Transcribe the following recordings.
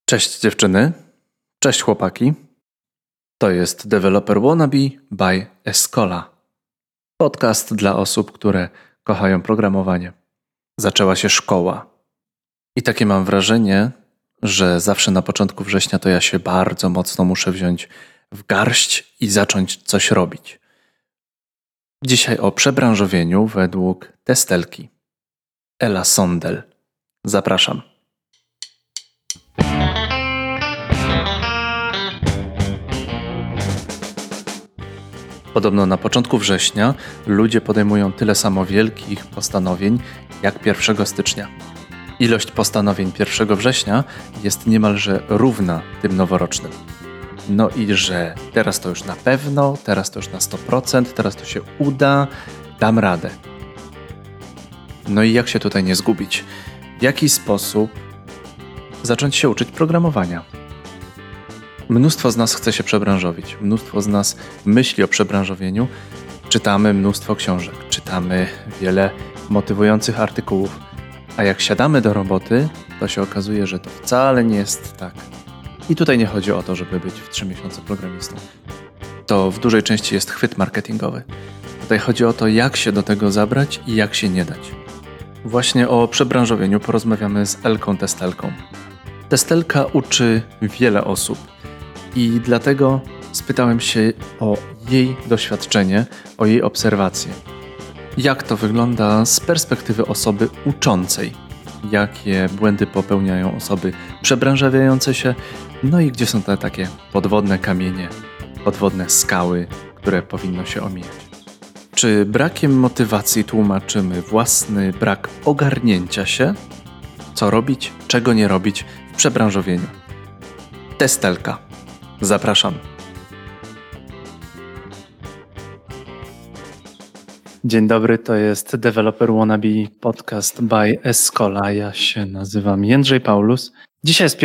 Cześć dziewczyny, cześć chłopaki. To jest Developer Wannabe by Escola. Podcast dla osób, które kochają programowanie. Zaczęła się szkoła. I takie mam wrażenie, że zawsze na początku września to ja się bardzo mocno muszę wziąć w garść i zacząć coś robić. Dzisiaj o przebranżowieniu według Testelki. Ela Sondel. Zapraszam. Podobno na początku września ludzie podejmują tyle samo wielkich postanowień jak 1 stycznia. Ilość postanowień 1 września jest niemalże równa tym noworocznym. No i że teraz to już na pewno, teraz to już na 100%, teraz to się uda, dam radę. No i jak się tutaj nie zgubić? W jaki sposób zacząć się uczyć programowania? Mnóstwo z nas chce się przebranżowić, mnóstwo z nas myśli o przebranżowieniu, czytamy mnóstwo książek, czytamy wiele motywujących artykułów, a jak siadamy do roboty, to się okazuje, że to wcale nie jest tak. I tutaj nie chodzi o to, żeby być w 3 miesiące programistą. To w dużej części jest chwyt marketingowy. Tutaj chodzi o to, jak się do tego zabrać i jak się nie dać. Właśnie o przebranżowieniu porozmawiamy z Elką Testelką. Testelka uczy wiele osób. I dlatego spytałem się o jej doświadczenie, o jej obserwacje. Jak to wygląda z perspektywy osoby uczącej? Jakie błędy popełniają osoby przebranżawiające się? No i gdzie są te takie podwodne kamienie, podwodne skały, które powinno się omijać? Czy brakiem motywacji tłumaczymy własny brak ogarnięcia się? Co robić, czego nie robić w przebranżowieniu? Testelka. Zapraszam. Dzień dobry, to jest Developer Wannabe podcast by Escola. Ja się nazywam Jędrzej Paulus. Dzisiaj jest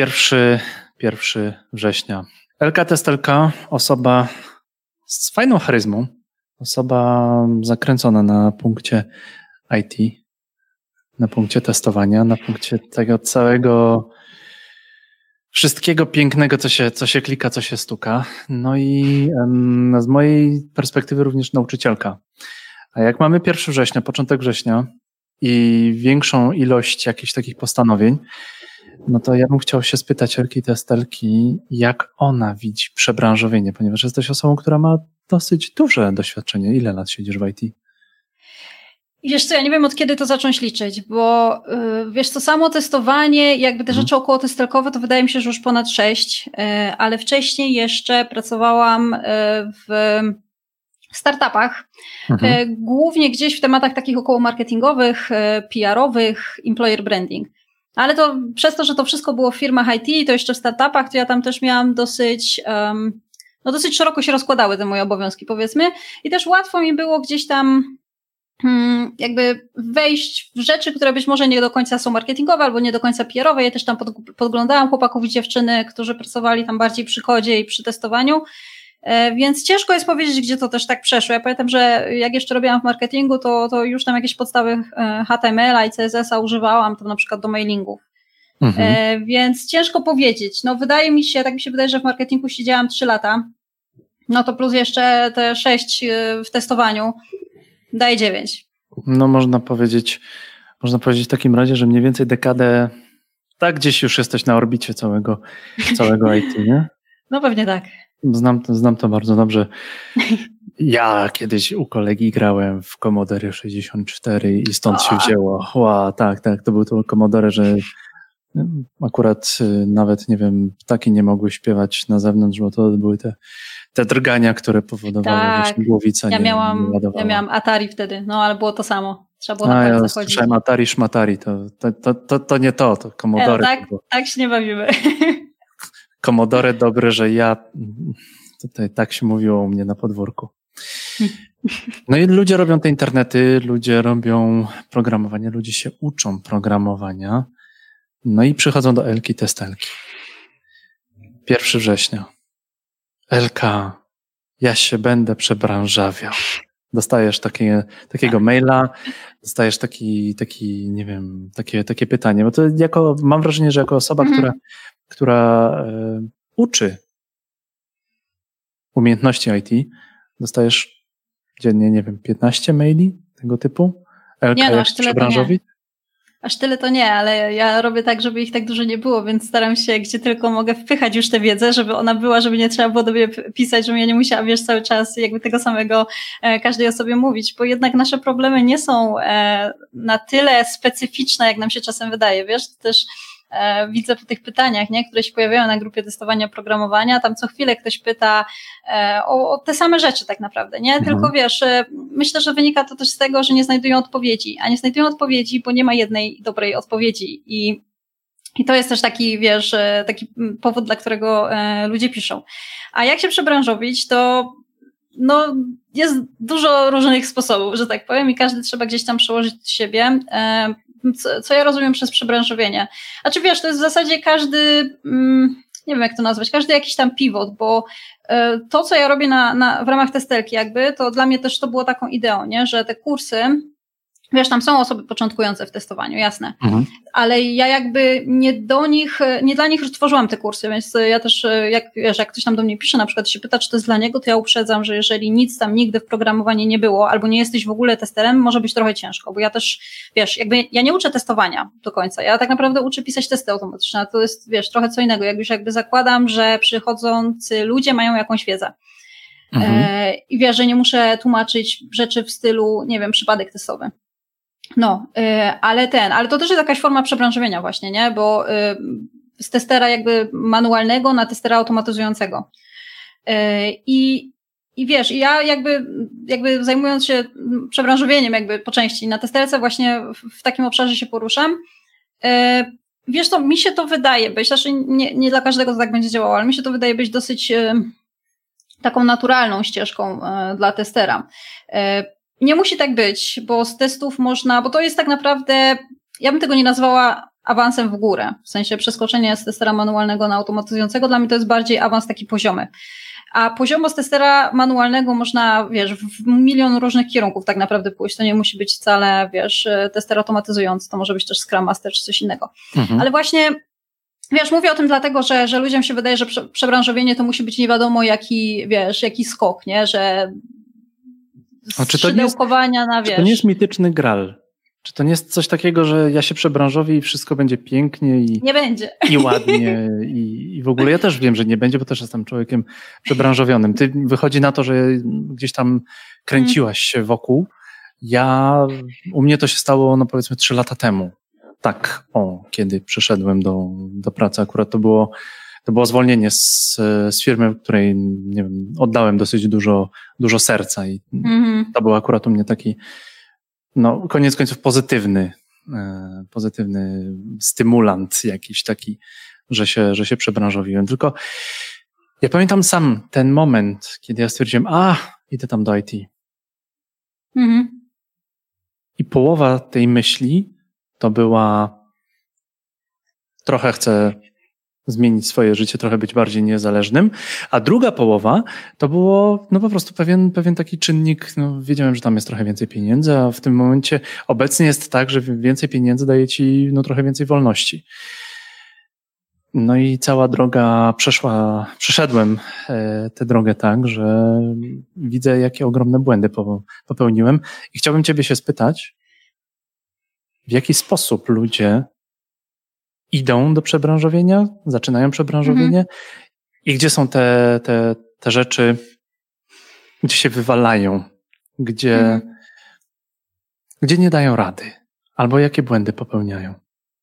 1 września. Elka Testelka, osoba z fajną charyzmą, osoba zakręcona na punkcie IT, na punkcie testowania, na punkcie tego całego wszystkiego pięknego, co się klika, co się stuka. No i z mojej perspektywy również nauczycielka. A jak mamy 1 września, początek września i większą ilość jakichś takich postanowień, no to ja bym chciał się spytać Elki Testelki, jak ona widzi przebranżowienie, ponieważ jesteś osobą, która ma dosyć duże doświadczenie. Ile lat siedzisz w IT? Wiesz co, ja nie wiem od kiedy to zacząć liczyć, bo wiesz co, samo testowanie, jakby te rzeczy około testelkowe, to wydaje mi się, że już ponad 6, ale wcześniej jeszcze pracowałam w startupach, głównie gdzieś w tematach takich około marketingowych, PR-owych, employer branding. Ale to przez to, że to wszystko było w firmach IT i to jeszcze w startupach, to ja tam też miałam dosyć szeroko się rozkładały te moje obowiązki, powiedzmy, i też łatwo mi było gdzieś tam jakby wejść w rzeczy, które być może nie do końca są marketingowe albo nie do końca PR-owe. Ja też tam podglądałam chłopaków i dziewczyny, którzy pracowali tam bardziej przy kodzie i przy testowaniu, więc ciężko jest powiedzieć, gdzie to też tak przeszło. Ja pamiętam, że jak jeszcze robiłam w marketingu, to już tam jakieś podstawy HTML-a i CSS-a używałam, tam na przykład do mailingów. Więc ciężko powiedzieć. No wydaje mi się, tak mi się wydaje, że w marketingu siedziałam 3 lata, no to plus jeszcze te 6 w testowaniu, daje 9. No można powiedzieć w takim razie, że mniej więcej dekadę tak gdzieś już jesteś na orbicie całego IT, nie? No pewnie tak. Znam to bardzo dobrze. Ja kiedyś u kolegi grałem w Commodore 64 i stąd się wzięło. Tak, to był to Commodore, że akurat nawet, nie wiem, ptaki nie mogły śpiewać na zewnątrz, bo to były te drgania, które powodowały, że głowica nie ładowała. Ja miałam Atari wtedy, ale było to samo. Trzeba było na pewno zachodzić. Słyszałem Atari, szmatari, to nie to Commodore. Tak się nie bawimy. Commodore dobre, że ja tutaj tak się mówiło u mnie na podwórku. No i ludzie robią te internety, ludzie robią programowanie, ludzie się uczą programowania, no i przychodzą do Elki Testelki. 1 września. Elka, ja się będę przebranżawiał. Dostajesz takiego maila, dostajesz taki, nie wiem, takie pytanie, bo to mam wrażenie, że jako osoba, która uczy umiejętności IT, dostajesz dziennie, nie wiem, 15 maili tego typu? Nie, no, jak się przebranżowić? Aż tyle to nie, ale ja robię tak, żeby ich tak dużo nie było, więc staram się, gdzie tylko mogę, wpychać już tę wiedzę, żeby ona była, żeby nie trzeba było do mnie pisać, żebym ja nie musiała, wiesz, cały czas jakby tego samego każdej osobie mówić, bo jednak nasze problemy nie są na tyle specyficzne, jak nam się czasem wydaje, wiesz, to też widzę po tych pytaniach, nie, które się pojawiają na grupie testowania oprogramowania, tam co chwilę ktoś pyta o te same rzeczy tak naprawdę, nie? Tylko wiesz, myślę, że wynika to też z tego, że nie znajdują odpowiedzi, a nie znajdują odpowiedzi, bo nie ma jednej dobrej odpowiedzi i to jest też taki, wiesz, taki powód, dla którego ludzie piszą. A jak się przebranżowić, to no, jest dużo różnych sposobów, że tak powiem, i każdy trzeba gdzieś tam przełożyć siebie. Co ja rozumiem przez przebranżowienie? Znaczy wiesz, to jest w zasadzie każdy, nie wiem jak to nazwać, każdy jakiś tam pivot, bo to, co ja robię w ramach testelki jakby, to dla mnie też to było taką ideą, nie? Że te kursy, wiesz, tam są osoby początkujące w testowaniu, jasne, ale ja jakby nie dla nich tworzyłam te kursy, więc ja też, jak ktoś tam do mnie pisze, na przykład się pyta, czy to jest dla niego, to ja uprzedzam, że jeżeli nic tam nigdy w programowaniu nie było, albo nie jesteś w ogóle testerem, może być trochę ciężko, bo ja też, wiesz, jakby ja nie uczę testowania do końca, ja tak naprawdę uczę pisać testy automatyczne, a to jest, wiesz, trochę co innego, jakby zakładam, że przychodzący ludzie mają jakąś wiedzę. I wiesz, że nie muszę tłumaczyć rzeczy w stylu, nie wiem, przypadek testowy. No, ale to też jest jakaś forma przebranżowienia właśnie, nie? Bo z testera jakby manualnego na testera automatyzującego. I wiesz, ja jakby zajmując się przebranżowieniem jakby po części na testerce właśnie w takim obszarze się poruszam. Wiesz, to mi się to wydaje być, znaczy nie dla każdego to tak będzie działało, ale mi się to wydaje być dosyć taką naturalną ścieżką dla testera. Nie musi tak być, bo z testów można, bo to jest tak naprawdę, ja bym tego nie nazwała awansem w górę, w sensie przeskoczenie z testera manualnego na automatyzującego, dla mnie to jest bardziej awans taki poziomy. A poziomo z testera manualnego można, wiesz, w milion różnych kierunków tak naprawdę pójść, to nie musi być wcale, wiesz, tester automatyzujący, to może być też Scrum Master czy coś innego. Ale właśnie, wiesz, mówię o tym dlatego, że ludziom się wydaje, że przebranżowienie to musi być nie wiadomo jaki, wiesz, jaki skok, nie, że szydełkowania na, wiesz. Czy to nie jest mityczny Graal? Czy to nie jest coś takiego, że ja się przebranżowię i wszystko będzie pięknie nie będzie. I ładnie i w ogóle ja też wiem, że nie będzie, bo też jestem człowiekiem przebranżowionym. Ty wychodzi na to, że gdzieś tam kręciłaś się wokół. U mnie to się stało, no powiedzmy 3 lata temu. Tak, kiedy przyszedłem do pracy. Akurat to było zwolnienie z firmy, w której, nie wiem, oddałem dosyć dużo serca i to był akurat u mnie taki, no koniec końców pozytywny stymulant jakiś taki, że się przebranżowiłem. Tylko ja pamiętam sam ten moment, kiedy ja stwierdziłem, idę tam do IT. I połowa tej myśli to była, trochę chcę zmienić swoje życie, trochę być bardziej niezależnym, a druga połowa to było no po prostu pewien taki czynnik, no wiedziałem, że tam jest trochę więcej pieniędzy, a w tym momencie obecnie jest tak, że więcej pieniędzy daje ci no trochę więcej wolności. No i cała droga przeszedłem tę drogę tak, że widzę, jakie ogromne błędy popełniłem i chciałbym ciebie się spytać, w jaki sposób ludzie idą do przebranżowienia, zaczynają przebranżowienie i gdzie są te rzeczy, gdzie się wywalają, gdzie nie dają rady, albo jakie błędy popełniają.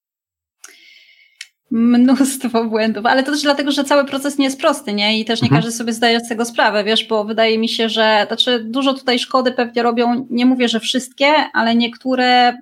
Mnóstwo błędów, ale to też dlatego, że cały proces nie jest prosty, nie? I też nie każdy sobie zdaje z tego sprawę, wiesz, bo wydaje mi się, że dużo tutaj szkody pewnie robią, nie mówię, że wszystkie, ale niektóre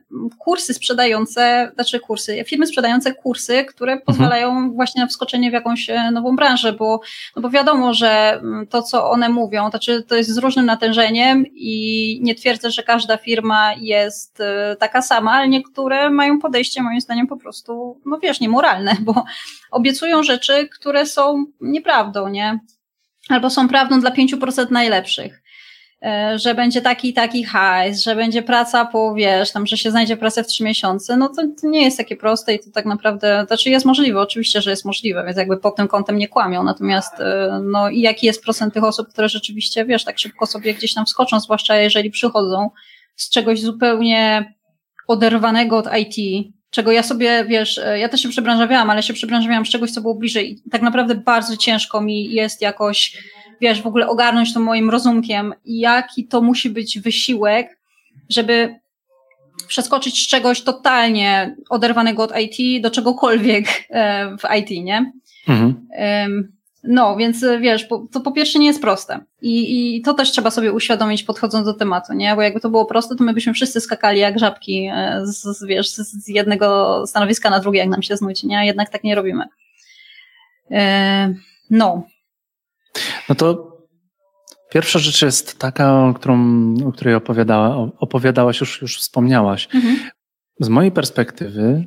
firmy sprzedające kursy, które pozwalają właśnie na wskoczenie w jakąś nową branżę, bo wiadomo, że to, co one mówią, to jest z różnym natężeniem i nie twierdzę, że każda firma jest taka sama, ale niektóre mają podejście, moim zdaniem, po prostu, no wiesz, niemoralne, bo obiecują rzeczy, które są nieprawdą, nie? Albo są prawdą dla 5% najlepszych. że będzie taki i taki hajs, że będzie praca po, wiesz, tam, że się znajdzie pracę w 3 miesiące, no to nie jest takie proste i to tak naprawdę, znaczy jest możliwe, oczywiście, że jest możliwe, więc jakby pod tym kątem nie kłamią, natomiast no i jaki jest procent tych osób, które rzeczywiście, wiesz, tak szybko sobie gdzieś tam wskoczą, zwłaszcza jeżeli przychodzą z czegoś zupełnie oderwanego od IT, czego ja sobie, wiesz, ja też się przebranżawiałam, ale się przebranżawiałam z czegoś, co było bliżej i tak naprawdę bardzo ciężko mi jest jakoś, wiesz, w ogóle ogarnąć to moim rozumkiem i jaki to musi być wysiłek, żeby przeskoczyć z czegoś totalnie oderwanego od IT do czegokolwiek w IT, nie? No, więc wiesz, to po pierwsze nie jest proste i to też trzeba sobie uświadomić podchodząc do tematu, nie? Bo jakby to było proste, to my byśmy wszyscy skakali jak żabki z jednego stanowiska na drugie, jak nam się znudzi, nie? Jednak tak nie robimy. No. No to pierwsza rzecz jest taka, o której opowiadałaś, już wspomniałaś. Z mojej perspektywy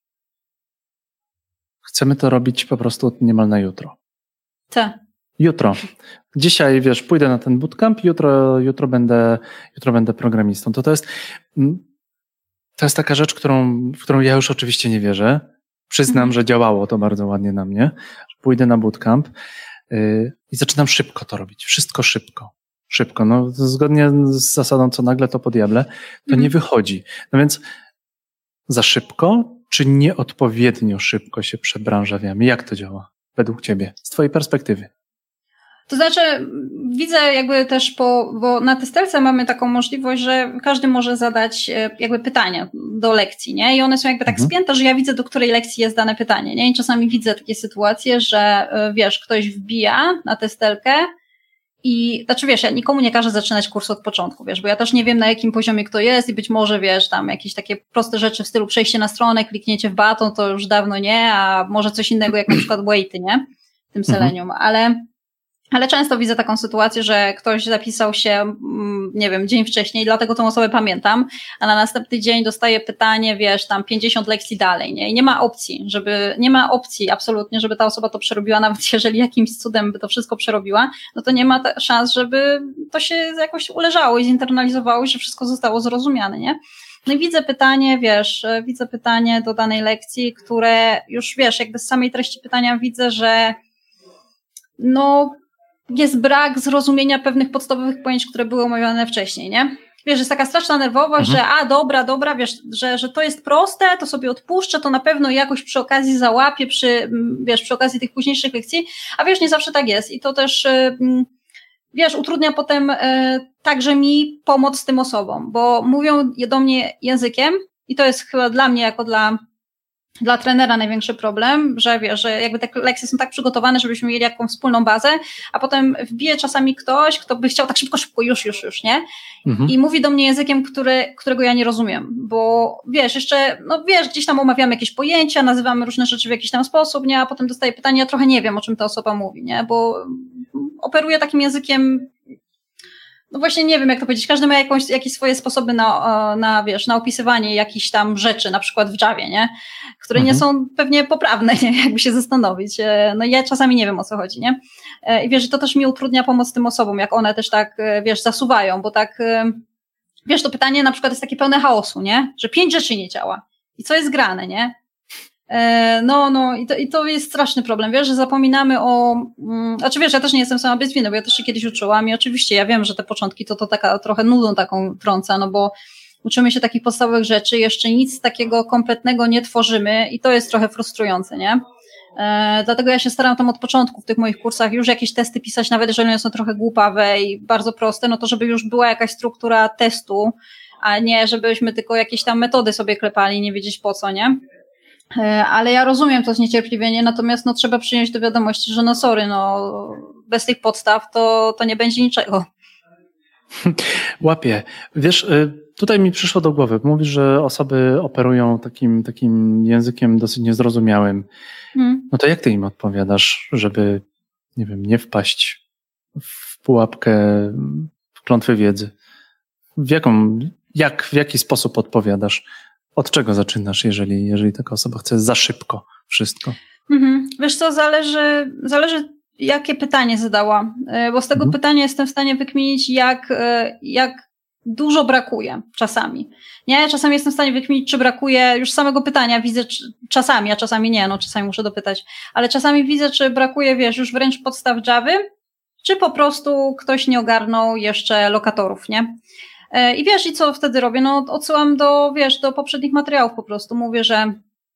chcemy to robić po prostu niemal na jutro. Tak. Jutro. Dzisiaj, wiesz, pójdę na ten bootcamp, jutro będę programistą. To jest taka rzecz, w którą ja już oczywiście nie wierzę. Przyznam, że działało to bardzo ładnie na mnie. Pójdę na bootcamp i zaczynam szybko to robić. Wszystko szybko. Szybko. No, zgodnie z zasadą, co nagle to po diable, to nie wychodzi. No więc za szybko, czy nieodpowiednio szybko się przebranżawiamy? Jak to działa według ciebie, z twojej perspektywy? To znaczy, widzę jakby też bo na testerce mamy taką możliwość, że każdy może zadać jakby pytania do lekcji, nie? I one są jakby tak spięte, że ja widzę, do której lekcji jest dane pytanie, nie? I czasami widzę takie sytuacje, że wiesz, ktoś wbija na testerkę i, znaczy wiesz, ja nikomu nie każę zaczynać kursu od początku, wiesz, bo ja też nie wiem, na jakim poziomie kto jest i być może, wiesz, tam jakieś takie proste rzeczy w stylu przejście na stronę, kliknięcie w baton, to już dawno nie, a może coś innego, jak na przykład weighty, nie? W tym Selenium, ale często widzę taką sytuację, że ktoś zapisał się, nie wiem, dzień wcześniej, dlatego tą osobę pamiętam, a na następny dzień dostaje pytanie, wiesz, tam 50 lekcji dalej, nie? I nie ma opcji absolutnie, żeby ta osoba to przerobiła, nawet jeżeli jakimś cudem by to wszystko przerobiła, no to nie ma szans, żeby to się jakoś uleżało i zinternalizowało i że wszystko zostało zrozumiane, nie? No i widzę pytanie do danej lekcji, które już, wiesz, jakby z samej treści pytania widzę, że no jest brak zrozumienia pewnych podstawowych pojęć, które były omawiane wcześniej, nie? Wiesz, jest taka straszna nerwowość, że dobra, wiesz, że to jest proste, to sobie odpuszczę, to na pewno jakoś przy okazji załapię, przy okazji tych późniejszych lekcji, a wiesz, nie zawsze tak jest i to też, wiesz, utrudnia potem także mi pomoc tym osobom, bo mówią do mnie językiem i to jest chyba dla mnie jako dla trenera największy problem, że wiesz, że jakby te lekcje są tak przygotowane, żebyśmy mieli jakąś wspólną bazę, a potem wbije czasami ktoś, kto by chciał tak szybko, już, nie? I mówi do mnie językiem, którego ja nie rozumiem, bo wiesz, jeszcze, no wiesz, gdzieś tam omawiamy jakieś pojęcia, nazywamy różne rzeczy w jakiś tam sposób, nie? A potem dostaję pytanie, ja trochę nie wiem, o czym ta osoba mówi, nie? Bo operuje takim językiem, no właśnie nie wiem, jak to powiedzieć, każdy ma jakieś swoje sposoby na opisywanie jakichś tam rzeczy, na przykład w Javie, nie? Które nie są pewnie poprawne, nie? Jakby się zastanowić. No ja czasami nie wiem, o co chodzi, nie? I wiesz, to też mi utrudnia pomoc tym osobom, jak one też tak, wiesz, zasuwają, bo tak, wiesz, to pytanie na przykład jest takie pełne chaosu, nie? Że 5 rzeczy nie działa. I co jest grane, nie? No, i to jest straszny problem, wiesz, że zapominamy znaczy wiesz, ja też nie jestem sama bez winy, bo ja też się kiedyś uczyłam i oczywiście ja wiem, że te początki to taka trochę nudą taką trąca, no bo uczymy się takich podstawowych rzeczy, jeszcze nic takiego kompletnego nie tworzymy i to jest trochę frustrujące, nie? Dlatego ja się staram tam od początku w tych moich kursach już jakieś testy pisać, nawet jeżeli one są trochę głupawe i bardzo proste, no to żeby już była jakaś struktura testu, a nie żebyśmy tylko jakieś tam metody sobie klepali i nie wiedzieć po co, nie? Ale ja rozumiem to zniecierpliwienie, natomiast no trzeba przyjąć do wiadomości, że no sorry, no bez tych podstaw to nie będzie niczego. Łapię. Wiesz, tutaj mi przyszło do głowy, mówisz, że osoby operują takim językiem dosyć niezrozumiałym. No to jak ty im odpowiadasz, żeby, nie wiem, nie wpaść w pułapkę, w klątwę wiedzy? W jaki sposób odpowiadasz? Od czego zaczynasz, jeżeli taka osoba chce za szybko wszystko? Wiesz co, zależy jakie pytanie zadała, bo z tego pytania jestem w stanie wykminić, jak dużo brakuje czasami. Nie, czasami jestem w stanie wykminić, czy brakuje już samego pytania, widzę czasami, a czasami nie, no czasami muszę dopytać, ale czasami widzę, czy brakuje, wiesz, już wręcz podstaw Javy, czy po prostu ktoś nie ogarnął jeszcze lokatorów, nie? I wiesz, i co wtedy robię? No odsyłam do poprzednich materiałów po prostu. Mówię, że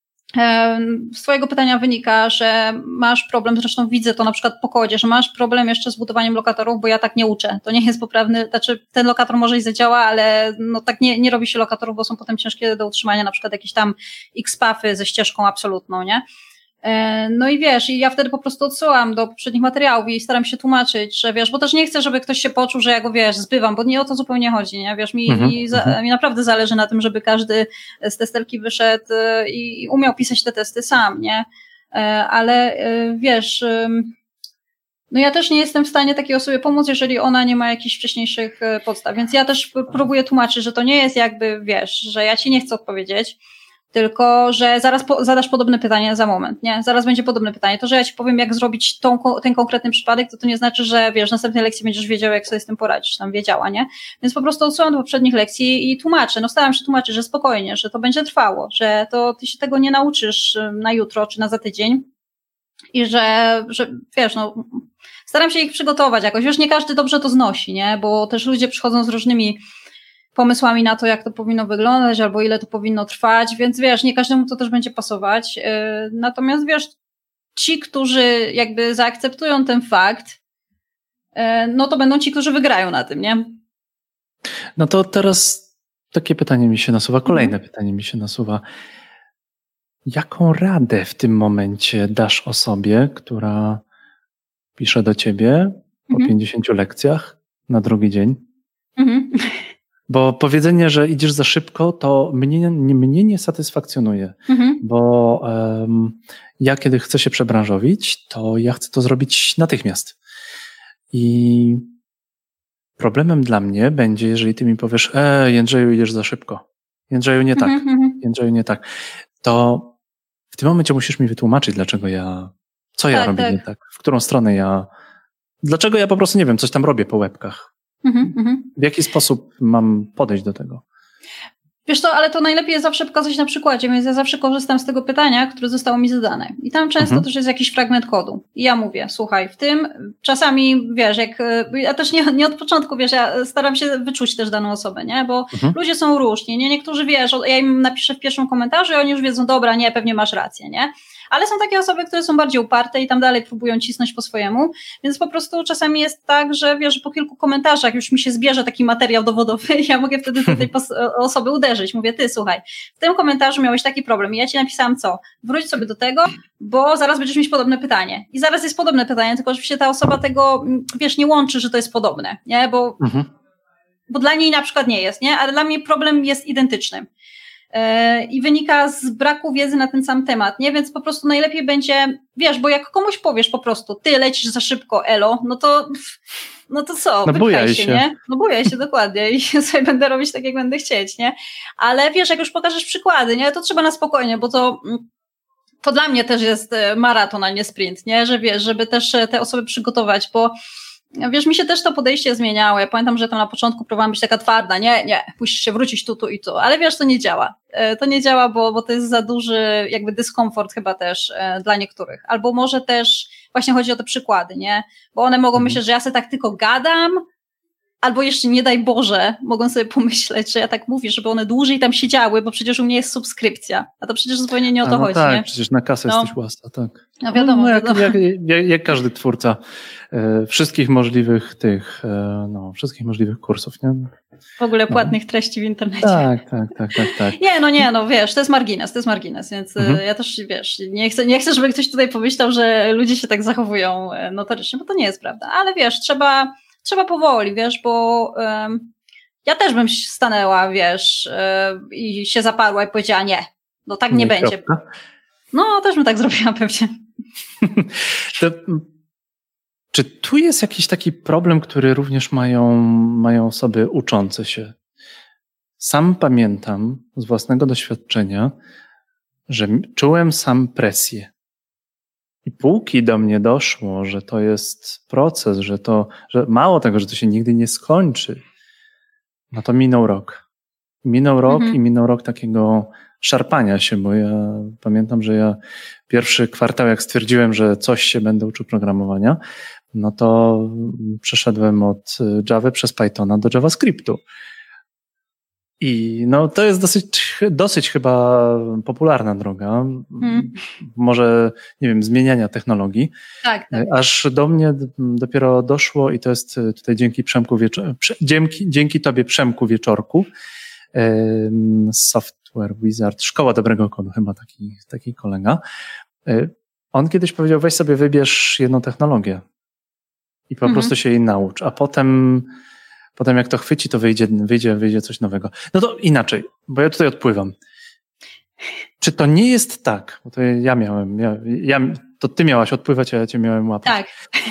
z twojego pytania wynika, że masz problem, zresztą widzę to na przykład po kodzie, że masz problem jeszcze z budowaniem lokatorów, bo ja tak nie uczę. To nie jest poprawny, znaczy ten lokator może i zadziała, ale no tak nie robi się lokatorów, bo są potem ciężkie do utrzymania, na przykład jakieś tam XPath'y ze ścieżką absolutną, nie? No i wiesz, i ja wtedy po prostu odsyłam do poprzednich materiałów i staram się tłumaczyć, że wiesz, bo też nie chcę, żeby ktoś się poczuł, że ja go, wiesz, zbywam, bo nie o to zupełnie chodzi, nie? Wiesz, mi naprawdę zależy na tym, żeby każdy z testerki wyszedł i umiał pisać te testy sam, nie? Ale wiesz, no ja też nie jestem w stanie takiej osobie pomóc, jeżeli ona nie ma jakichś wcześniejszych podstaw, więc ja też próbuję tłumaczyć, że to nie jest jakby, wiesz, że ja ci nie chcę odpowiedzieć, tylko że zaraz zadasz podobne pytanie za moment, nie? Zaraz będzie podobne pytanie. To, że ja ci powiem, jak zrobić ten konkretny przypadek, to nie znaczy, że wiesz, w następnej lekcji będziesz wiedział, jak sobie z tym poradzisz, tam wiedziała, nie? Więc po prostu odsyłam do poprzednich lekcji i tłumaczę, no staram się tłumaczyć, że spokojnie, że to będzie trwało, że to ty się tego nie nauczysz na jutro czy na za tydzień i że wiesz, no staram się ich przygotować jakoś. Wiesz, nie każdy dobrze to znosi, nie? Bo też ludzie przychodzą z różnymi pomysłami na to, jak to powinno wyglądać, albo ile to powinno trwać, więc wiesz, nie każdemu to też będzie pasować. Natomiast wiesz, ci, którzy jakby zaakceptują ten fakt, no to będą ci, którzy wygrają na tym, nie? No to teraz takie pytanie mi się nasuwa, kolejne pytanie mi się nasuwa. Jaką radę w tym momencie dasz osobie, która pisze do ciebie po 50 lekcjach na drugi dzień? Bo powiedzenie, że idziesz za szybko, to mnie nie satysfakcjonuje, bo ja kiedy chcę się przebranżowić, to ja chcę to zrobić natychmiast. I problemem dla mnie będzie, jeżeli ty mi powiesz, Jędrzeju, idziesz za szybko. Jędrzeju, nie tak. Jędrzeju, nie tak. To w tym momencie musisz mi wytłumaczyć, co ja robię nie tak, w którą stronę dlaczego ja po prostu, nie wiem, coś tam robię po łebkach. W jaki sposób mam podejść do tego? Wiesz co, ale to najlepiej jest zawsze pokazać na przykładzie, więc ja zawsze korzystam z tego pytania, które zostało mi zadane. I tam często też jest jakiś fragment kodu. I ja mówię, słuchaj, w tym czasami, wiesz, ja też nie od początku, wiesz, ja staram się wyczuć też daną osobę, nie? Bo ludzie są różni, nie? Niektórzy, wiesz, ja im napiszę w pierwszym komentarzu i oni już wiedzą, dobra, nie, pewnie masz rację, nie? Ale są takie osoby, które są bardziej uparte i tam dalej próbują cisnąć po swojemu, więc po prostu czasami jest tak, że wiesz, po kilku komentarzach już mi się zbierze taki materiał dowodowy i ja mogę wtedy do tej osoby uderzyć. Mówię, ty, słuchaj, w tym komentarzu miałeś taki problem i ja ci napisałam co? Wróć sobie do tego, bo zaraz będziesz mieć podobne pytanie. I zaraz jest podobne pytanie, tylko oczywiście ta osoba tego, wiesz, nie łączy, że to jest podobne, nie? Bo dla niej na przykład nie jest, nie? Ale dla mnie problem jest identyczny. I wynika z braku wiedzy na ten sam temat, nie? Więc po prostu najlepiej będzie, wiesz, bo jak komuś powiesz po prostu, ty lecisz za szybko, elo, no to co? Wypchaj się, nie? No bujaj się, dokładnie i sobie będę robić tak, jak będę chcieć, nie? Ale wiesz, jak już pokażesz przykłady, nie? To trzeba na spokojnie, bo to dla mnie też jest maraton, a nie sprint, nie? Że wiesz, żeby też te osoby przygotować, bo wiesz, mi się też to podejście zmieniało. Ja pamiętam, że tam na początku próbowałam być taka twarda. Nie, musisz się wrócić tu i tu. Ale wiesz, to nie działa. To nie działa, bo to jest za duży jakby dyskomfort chyba też dla niektórych. Albo może też właśnie chodzi o te przykłady, nie? Bo one mogą myśleć, że ja sobie tak tylko gadam, albo jeszcze nie daj Boże, mogą sobie pomyśleć, że ja tak mówię, żeby one dłużej tam siedziały, bo przecież u mnie jest subskrypcja. A to przecież zupełnie nie o to chodzi, tak, nie? Przecież na kasę jesteś łasa, tak. No wiadomo, wiadomo. Jak każdy twórca wszystkich możliwych wszystkich możliwych kursów, nie? W ogóle płatnych treści w internecie. Tak. Nie, wiesz, to jest margines, więc ja też, wiesz, nie chcę, żeby ktoś tutaj pomyślał, że ludzie się tak zachowują notorycznie, bo to nie jest prawda, ale wiesz, trzeba powoli, wiesz, bo ja też bym stanęła, wiesz, i się zaparła i powiedziała nie, no tak nie będzie. Kropka. No, też bym tak zrobiła pewnie. Czy tu jest jakiś taki problem, który również mają osoby uczące się? Sam pamiętam z własnego doświadczenia, że czułem sam presję. I póki do mnie doszło, że to jest proces, że mało tego, że to się nigdy nie skończy, no to minął rok. Minął rok i minął rok takiego szarpania się, bo ja pamiętam, że ja pierwszy kwartał, jak stwierdziłem, że coś się będę uczył programowania, no to przeszedłem od Java przez Pythona do JavaScriptu. I no to jest dosyć chyba popularna droga, może, nie wiem, zmieniania technologii. Tak. Aż do mnie dopiero doszło i to jest tutaj dzięki tobie, Przemku Wieczorku, Software Wizard, Szkoła Dobrego Kodu, chyba taki kolega. On kiedyś powiedział, weź sobie wybierz jedną technologię i po prostu się jej naucz, a potem jak to chwyci, to wyjdzie coś nowego. No to inaczej, bo ja tutaj odpływam. Czy to nie jest tak, bo to ja miałem, to ty miałaś odpływać, a ja cię miałem łapać. Tak.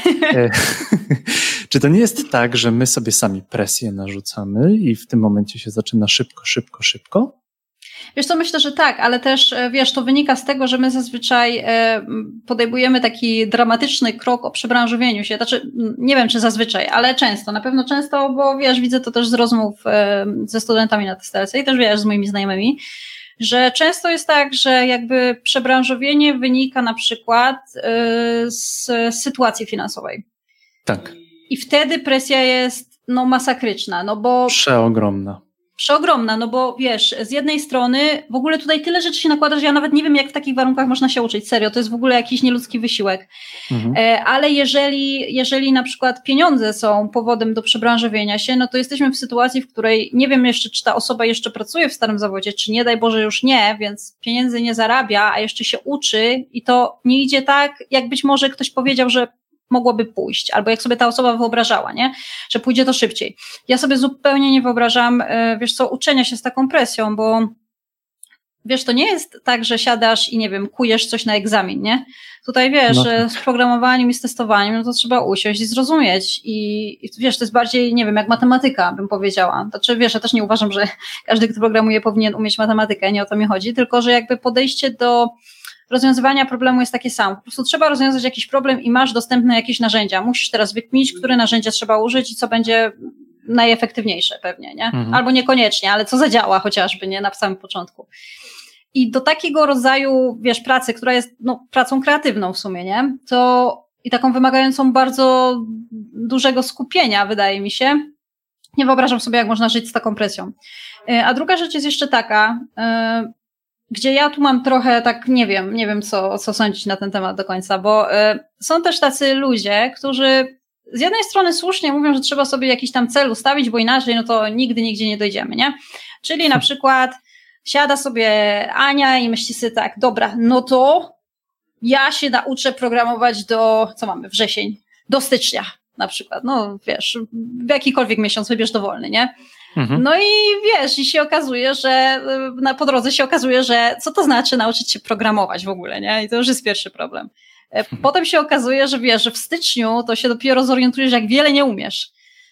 Czy to nie jest tak, że my sobie sami presję narzucamy i w tym momencie się zaczyna szybko? Wiesz co, myślę, że tak, ale też, wiesz, to wynika z tego, że my zazwyczaj podejmujemy taki dramatyczny krok o przebranżowieniu się. Znaczy, nie wiem, czy zazwyczaj, ale często, na pewno często, bo wiesz, widzę to też z rozmów ze studentami na testerce i też wiesz, z moimi znajomymi, że często jest tak, że jakby przebranżowienie wynika na przykład z sytuacji finansowej. Tak. I wtedy presja jest masakryczna, no bo... Przeogromna, no bo wiesz, z jednej strony w ogóle tutaj tyle rzeczy się nakłada, że ja nawet nie wiem, jak w takich warunkach można się uczyć, serio, to jest w ogóle jakiś nieludzki wysiłek. Ale jeżeli na przykład pieniądze są powodem do przebranżowienia się, no to jesteśmy w sytuacji, w której nie wiem jeszcze, czy ta osoba jeszcze pracuje w starym zawodzie, czy nie, daj Boże już nie, więc pieniędzy nie zarabia, a jeszcze się uczy i to nie idzie tak, jak być może ktoś powiedział, że mogłoby pójść, albo jak sobie ta osoba wyobrażała, nie? Że pójdzie to szybciej. Ja sobie zupełnie nie wyobrażam, wiesz co, uczenia się z taką presją, bo wiesz, to nie jest tak, że siadasz i nie wiem, kujesz coś na egzamin, nie? Tutaj wiesz, z programowaniem i z testowaniem, no to trzeba usiąść i zrozumieć i wiesz, to jest bardziej, nie wiem, jak matematyka, bym powiedziała. Znaczy, wiesz, ja też nie uważam, że każdy, kto programuje, powinien umieć matematykę, nie o to mi chodzi, tylko, że jakby podejście do rozwiązywania problemu jest takie samo. Po prostu trzeba rozwiązać jakiś problem i masz dostępne jakieś narzędzia. Musisz teraz wykminić, które narzędzia trzeba użyć i co będzie najefektywniejsze pewnie, nie? Albo niekoniecznie, ale co zadziała chociażby, nie? Na samym początku. I do takiego rodzaju, wiesz, pracy, która jest pracą kreatywną w sumie, nie? To i taką wymagającą bardzo dużego skupienia, wydaje mi się. Nie wyobrażam sobie, jak można żyć z taką presją. A druga rzecz jest jeszcze taka, gdzie ja tu mam trochę tak, nie wiem co sądzić na ten temat do końca, bo są też tacy ludzie, którzy z jednej strony słusznie mówią, że trzeba sobie jakiś tam cel ustawić, bo inaczej no to nigdy nigdzie nie dojdziemy, nie? Czyli na przykład siada sobie Ania i myśli sobie tak, dobra, no to ja się nauczę programować wrzesień, do stycznia na przykład, no wiesz, w jakikolwiek miesiąc wybierz dowolny, nie? No i wiesz, i się okazuje, że po drodze się okazuje, że co to znaczy nauczyć się programować w ogóle, nie? I to już jest pierwszy problem. Potem się okazuje, że wiesz, że w styczniu to się dopiero zorientujesz, jak wiele nie umiesz.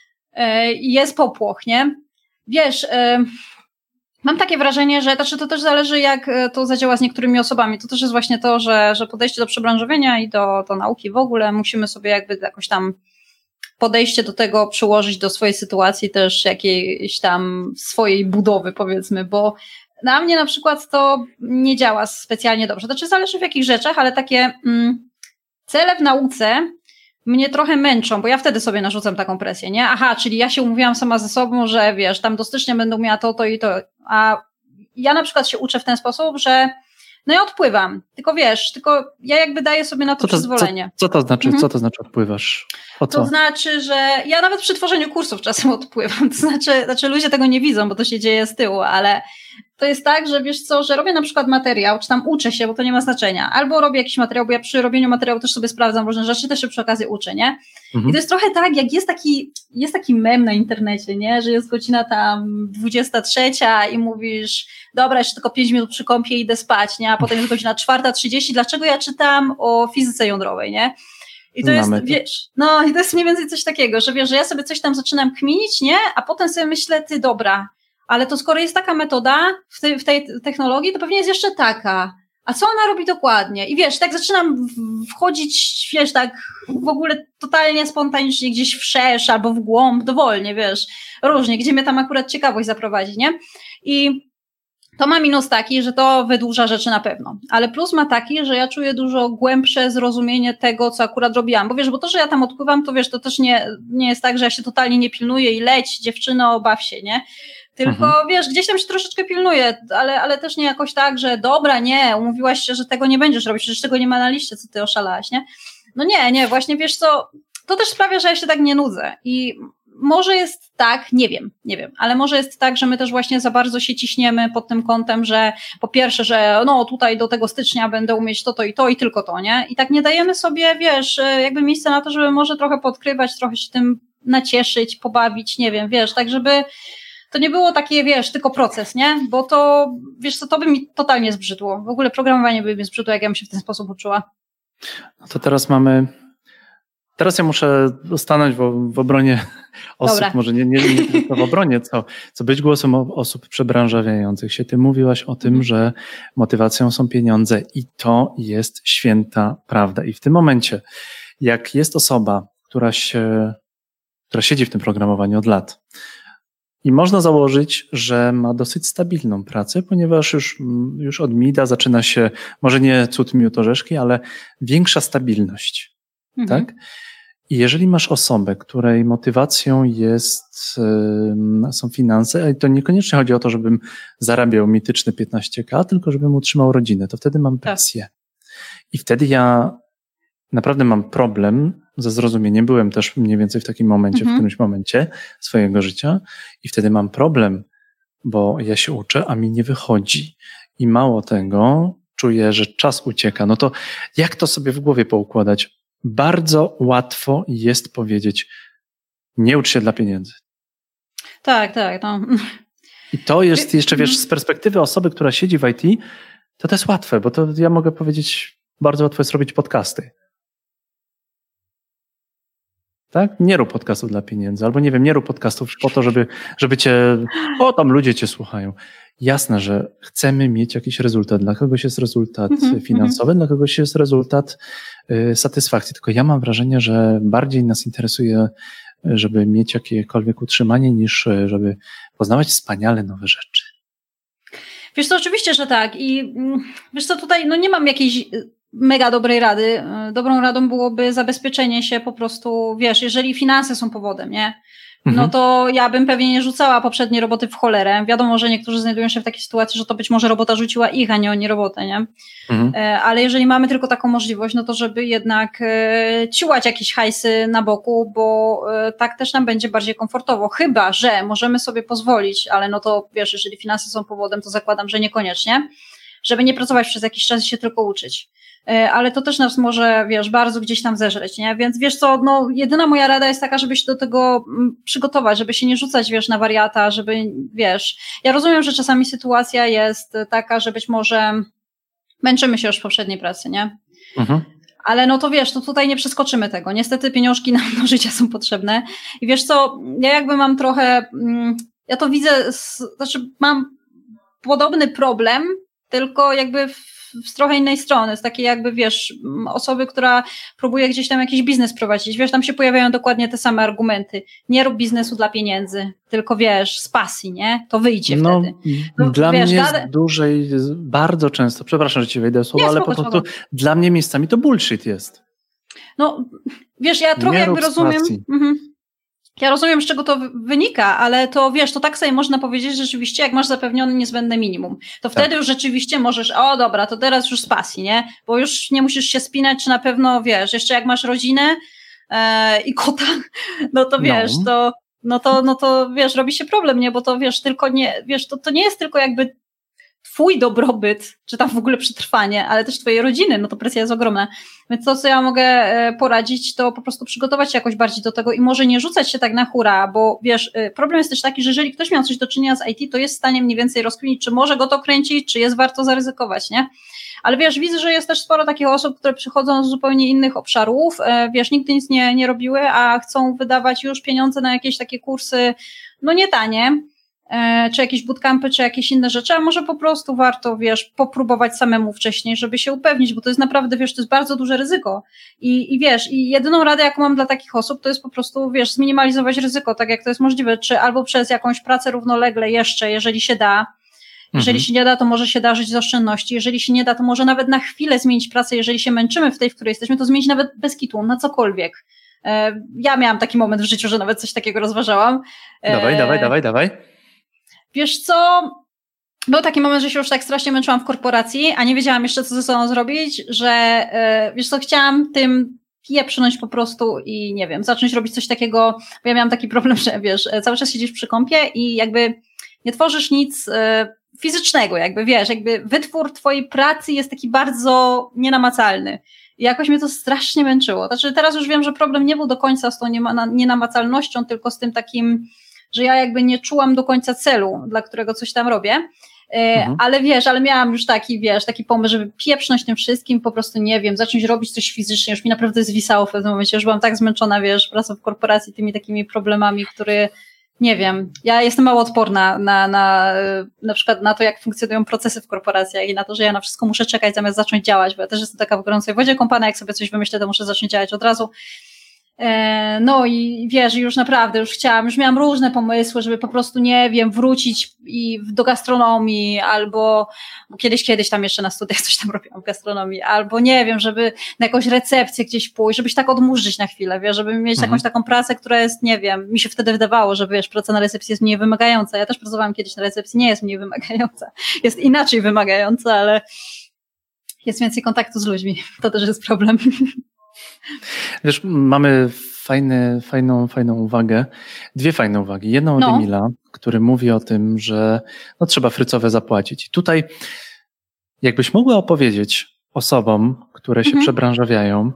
I jest popłoch, nie? Wiesz, mam takie wrażenie, że to też zależy, jak to zadziała z niektórymi osobami. To też jest właśnie to, że podejście do przebranżowienia i do nauki w ogóle musimy sobie jakby jakoś tam podejście do tego przyłożyć do swojej sytuacji, też jakiejś tam swojej budowy, powiedzmy, bo na mnie na przykład to nie działa specjalnie dobrze. Znaczy zależy w jakich rzeczach, ale takie cele w nauce mnie trochę męczą, bo ja wtedy sobie narzucam taką presję, nie? Aha, czyli ja się umówiłam sama ze sobą, że wiesz, tam do stycznia będę miała to i to, a ja na przykład się uczę w ten sposób, że no ja odpływam, tylko wiesz, ja jakby daję sobie na to przyzwolenie. Co to znaczy? Co to znaczy odpływasz? O co? To znaczy, że ja nawet przy tworzeniu kursów czasem odpływam, to znaczy ludzie tego nie widzą, bo to się dzieje z tyłu, ale to jest tak, że wiesz co, że robię na przykład materiał, czy tam uczę się, bo to nie ma znaczenia, albo robię jakiś materiał, bo ja przy robieniu materiału też sobie sprawdzam różne rzeczy, też się przy okazji uczę, nie? I to jest trochę tak, jak jest taki mem na internecie, nie? Że jest godzina tam 23 i mówisz, dobra, jeszcze tylko 5 minut przy kąpie idę spać, nie? A potem jest godzina 4:30, dlaczego ja czytam o fizyce jądrowej, nie? I to jest, wiesz, no i to jest mniej więcej coś takiego, że wiesz, że ja sobie coś tam zaczynam kminić, nie? A potem sobie myślę, dobra, ale to skoro jest taka metoda w tej technologii, to pewnie jest jeszcze taka. a co ona robi dokładnie? I wiesz, tak zaczynam wchodzić, wiesz, tak w ogóle totalnie spontanicznie gdzieś w szerz albo w głąb, dowolnie, wiesz, różnie, gdzie mnie tam akurat ciekawość zaprowadzi, nie? I to ma minus taki, że to wydłuża rzeczy na pewno, ale plus ma taki, że ja czuję dużo głębsze zrozumienie tego, co akurat robiłam, bo wiesz, bo to, że ja tam odpływam, to wiesz, to też nie jest tak, że ja się totalnie nie pilnuję i leć, dziewczyno, baw się, nie? Tylko wiesz, gdzieś tam się troszeczkę pilnuję, ale też nie jakoś tak, że dobra, nie, umówiłaś się, że tego nie będziesz robić, przecież tego nie ma na liście, co ty oszalałaś, nie? No nie, właśnie wiesz co, to też sprawia, że ja się tak nie nudzę i może jest tak, nie wiem, ale może jest tak, że my też właśnie za bardzo się ciśniemy pod tym kątem, że po pierwsze, że no tutaj do tego stycznia będę umieć to i tylko to, nie? I tak nie dajemy sobie, wiesz, jakby miejsca na to, żeby może trochę podkrywać, trochę się tym nacieszyć, pobawić, nie wiem, wiesz, tak żeby to nie było takie, wiesz, tylko proces, nie? Bo to, wiesz co, to by mi totalnie zbrzydło. W ogóle programowanie by mi zbrzydło, jak ja bym się w ten sposób uczyła. No to teraz ja muszę stanąć w obronie osób, dobra. Może nie tylko w obronie, co być głosem osób przebranżawiających się. Ty mówiłaś o tym, że motywacją są pieniądze i to jest święta prawda. I w tym momencie, jak jest osoba, która siedzi w tym programowaniu od lat, i można założyć, że ma dosyć stabilną pracę, ponieważ już od mida zaczyna się, może nie cud miód orzeszki, ale większa stabilność. Tak? I jeżeli masz osobę, której motywacją są finanse, to niekoniecznie chodzi o to, żebym zarabiał mityczne 15K, tylko żebym utrzymał rodzinę, to wtedy mam presję. I wtedy ja naprawdę mam problem ze zrozumieniem. Byłem też mniej więcej w takim momencie, w którymś momencie swojego życia i wtedy mam problem, bo ja się uczę, a mi nie wychodzi. I mało tego, czuję, że czas ucieka. No to jak to sobie w głowie poukładać? Bardzo łatwo jest powiedzieć, nie ucz się dla pieniędzy. Tak. No. I to jest jeszcze, wiesz, z perspektywy osoby, która siedzi w IT, to jest łatwe, bo to ja mogę powiedzieć, bardzo łatwo jest robić podcasty. Tak? Nie rób podcastów dla pieniędzy, albo nie wiem, nie rób podcastów po to, żeby tam ludzie cię słuchają. Jasne, że chcemy mieć jakiś rezultat. Dla kogoś jest rezultat finansowy, dla kogoś jest rezultat satysfakcji. Tylko ja mam wrażenie, że bardziej nas interesuje, żeby mieć jakiekolwiek utrzymanie, niż żeby poznawać wspaniale nowe rzeczy. Wiesz co, oczywiście, że tak. I wiesz co, tutaj nie mam jakiejś mega dobrej rady. Dobrą radą byłoby zabezpieczenie się po prostu, wiesz, jeżeli finanse są powodem, nie? No to ja bym pewnie nie rzucała poprzedniej roboty w cholerę. Wiadomo, że niektórzy znajdują się w takiej sytuacji, że to być może robota rzuciła ich, a nie oni robotę, nie? Ale jeżeli mamy tylko taką możliwość, no to żeby jednak ciułać jakieś hajsy na boku, bo tak też nam będzie bardziej komfortowo. Chyba że możemy sobie pozwolić, ale no to wiesz, jeżeli finanse są powodem, to zakładam, że niekoniecznie, żeby nie pracować przez jakiś czas i się tylko uczyć. Ale to też nas może, wiesz, bardzo gdzieś tam zeżreć, nie? Więc wiesz co, jedyna moja rada jest taka, żeby się do tego przygotować, żeby się nie rzucać, wiesz, na wariata, żeby, wiesz, ja rozumiem, że czasami sytuacja jest taka, że być może męczymy się już w poprzedniej pracy, nie? Ale no to wiesz, to tutaj nie przeskoczymy tego. Niestety pieniążki nam do życia są potrzebne. I wiesz co, ja jakby mam trochę, ja to widzę, mam podobny problem, tylko jakby z trochę innej strony, z takiej jakby, wiesz, osoby, która próbuje gdzieś tam jakiś biznes prowadzić. Wiesz, tam się pojawiają dokładnie te same argumenty. Nie rób biznesu dla pieniędzy, tylko wiesz, z pasji, nie? To wyjdzie wtedy. Dla mnie dłużej, bardzo często, przepraszam, że ci wejdę w słowo, ale po prostu dla mnie miejscami to bullshit jest. No, wiesz, ja trochę jakby rozumiem. Ja rozumiem, z czego to wynika, ale to wiesz, to tak sobie można powiedzieć rzeczywiście, jak masz zapewnione niezbędne minimum, to wtedy już rzeczywiście możesz, dobra, to teraz już z pasji, nie? Bo już nie musisz się spinać, czy na pewno, wiesz, jeszcze jak masz rodzinę i kota, no to wiesz, to wiesz, robi się problem, nie? Bo to wiesz, tylko nie, wiesz, to nie jest tylko jakby twój dobrobyt, czy tam w ogóle przetrwanie, ale też twojej rodziny, no to presja jest ogromna. Więc to, co ja mogę poradzić, to po prostu przygotować się jakoś bardziej do tego i może nie rzucać się tak na hura, bo wiesz, problem jest też taki, że jeżeli ktoś miał coś do czynienia z IT, to jest w stanie mniej więcej rozkminić, czy może go to kręcić, czy jest warto zaryzykować, nie? Ale wiesz, widzę, że jest też sporo takich osób, które przychodzą z zupełnie innych obszarów, wiesz, nigdy nic nie robiły, a chcą wydawać już pieniądze na jakieś takie kursy, no nie tanie, czy jakieś bootcampy, czy jakieś inne rzeczy, a może po prostu warto, wiesz, popróbować samemu wcześniej, żeby się upewnić, bo to jest naprawdę, wiesz, to jest bardzo duże ryzyko i wiesz, i jedyną radę, jaką mam dla takich osób, to jest po prostu, wiesz, zminimalizować ryzyko, tak jak to jest możliwe, czy albo przez jakąś pracę równolegle jeszcze, jeżeli się da. Jeżeli się nie da, to może się darzyć z oszczędności. Jeżeli się nie da, to może nawet na chwilę zmienić pracę. Jeżeli się męczymy w tej, w której jesteśmy, to zmienić nawet bez kitu, na cokolwiek. Ja miałam taki moment w życiu, że nawet coś takiego rozważałam. Dawaj. Wiesz co? Był taki moment, że się już tak strasznie męczyłam w korporacji, a nie wiedziałam jeszcze, co ze sobą zrobić, że wiesz co, chciałam tym pieprznąć po prostu i nie wiem, zacząć robić coś takiego, bo ja miałam taki problem, że wiesz, cały czas siedzisz przy kompie i jakby nie tworzysz nic fizycznego, jakby wiesz, jakby wytwór twojej pracy jest taki bardzo nienamacalny. I jakoś mnie to strasznie męczyło. Znaczy teraz już wiem, że problem nie był do końca z tą nienamacalnością, tylko z tym takim, że ja jakby nie czułam do końca celu, dla którego coś tam robię. Ale wiesz, ale miałam już taki pomysł, żeby pieprznąć tym wszystkim, po prostu nie wiem, zacząć robić coś fizycznie, już mi naprawdę zwisało w pewnym momencie, już byłam tak zmęczona, wiesz, pracą w korporacji, tymi takimi problemami, które nie wiem, ja jestem mało odporna na przykład na to, jak funkcjonują procesy w korporacjach i na to, że ja na wszystko muszę czekać zamiast zacząć działać, bo ja też jestem taka w gorącej wodzie kąpana, jak sobie coś wymyślę, to muszę zacząć działać od razu. No i wiesz, już naprawdę, już miałam różne pomysły, żeby po prostu, nie wiem, wrócić do gastronomii, albo kiedyś tam jeszcze na studiach coś tam robiłam w gastronomii, albo nie wiem, żeby na jakąś recepcję gdzieś pójść, żeby się tak odmurzyć na chwilę, wiesz, żeby mieć jakąś taką pracę, która jest, nie wiem, mi się wtedy wydawało, że wiesz, praca na recepcji jest mniej wymagająca. Ja też pracowałam kiedyś na recepcji, nie jest mniej wymagająca. Jest inaczej wymagająca, ale jest więcej kontaktu z ludźmi. To też jest problem. Wiesz, mamy fajną uwagę, dwie fajne uwagi. Jedną od Emila, który mówi o tym, że trzeba frycowe zapłacić. I tutaj jakbyś mogła opowiedzieć osobom, które się przebranżawiają,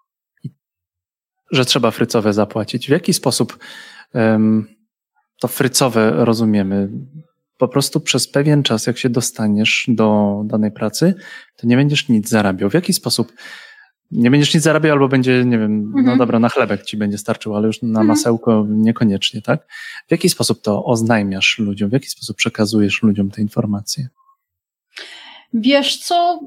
że trzeba frycowe zapłacić. W jaki sposób to frycowe rozumiemy? Po prostu przez pewien czas, jak się dostaniesz do danej pracy, to nie będziesz nic zarabiał. W jaki sposób nie będziesz nic zarabiał, albo będzie, nie wiem, no dobra, na chlebek ci będzie starczył, ale już na masełko niekoniecznie, tak? W jaki sposób to oznajmiasz ludziom? W jaki sposób przekazujesz ludziom te informacje? Wiesz co,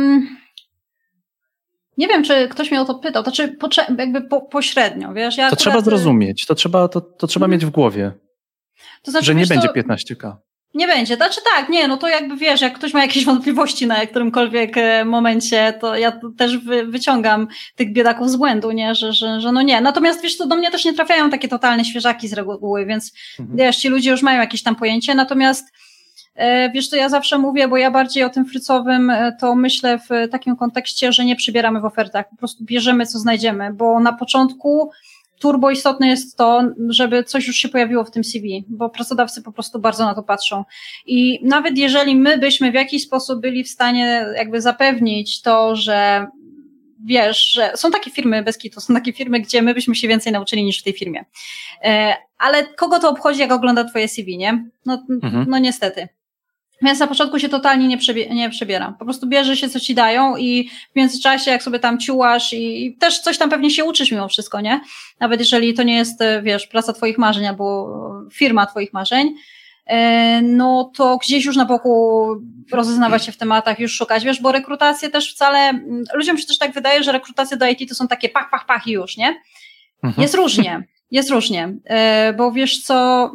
nie wiem, czy ktoś mnie o to pytał, to czy jakby pośrednio, wiesz? Ja to trzeba zrozumieć, to trzeba mieć w głowie, to znaczy, że nie będzie 15K. Nie będzie, znaczy tak, nie, no to jakby wiesz, jak ktoś ma jakieś wątpliwości na którymkolwiek momencie, to ja też wyciągam tych biedaków z błędu, nie, że no nie. Natomiast wiesz, to do mnie też nie trafiają takie totalne świeżaki z reguły, więc wiesz, ci ludzie już mają jakieś tam pojęcie, natomiast wiesz, to ja zawsze mówię, bo ja bardziej o tym frycowym to myślę w takim kontekście, że nie przybieramy w ofertach, po prostu bierzemy, co znajdziemy, bo na początku turbo istotne jest to, żeby coś już się pojawiło w tym CV, bo pracodawcy po prostu bardzo na to patrzą. I nawet jeżeli my byśmy w jakiś sposób byli w stanie jakby zapewnić to, że wiesz, że są takie firmy bez kitu, są takie firmy, gdzie my byśmy się więcej nauczyli niż w tej firmie. Ale kogo to obchodzi, jak ogląda twoje CV, nie? No niestety. Więc na początku się totalnie nie przebieram. Po prostu bierze się, co ci dają i w międzyczasie, jak sobie tam ciułasz i też coś tam pewnie się uczysz mimo wszystko, nie? Nawet jeżeli to nie jest, wiesz, praca twoich marzeń albo firma twoich marzeń, no to gdzieś już na boku rozeznawać się w tematach, już szukać, wiesz, bo rekrutacje też wcale, ludziom się też tak wydaje, że rekrutacje do IT to są takie pach i już, nie? Jest różnie, bo wiesz co...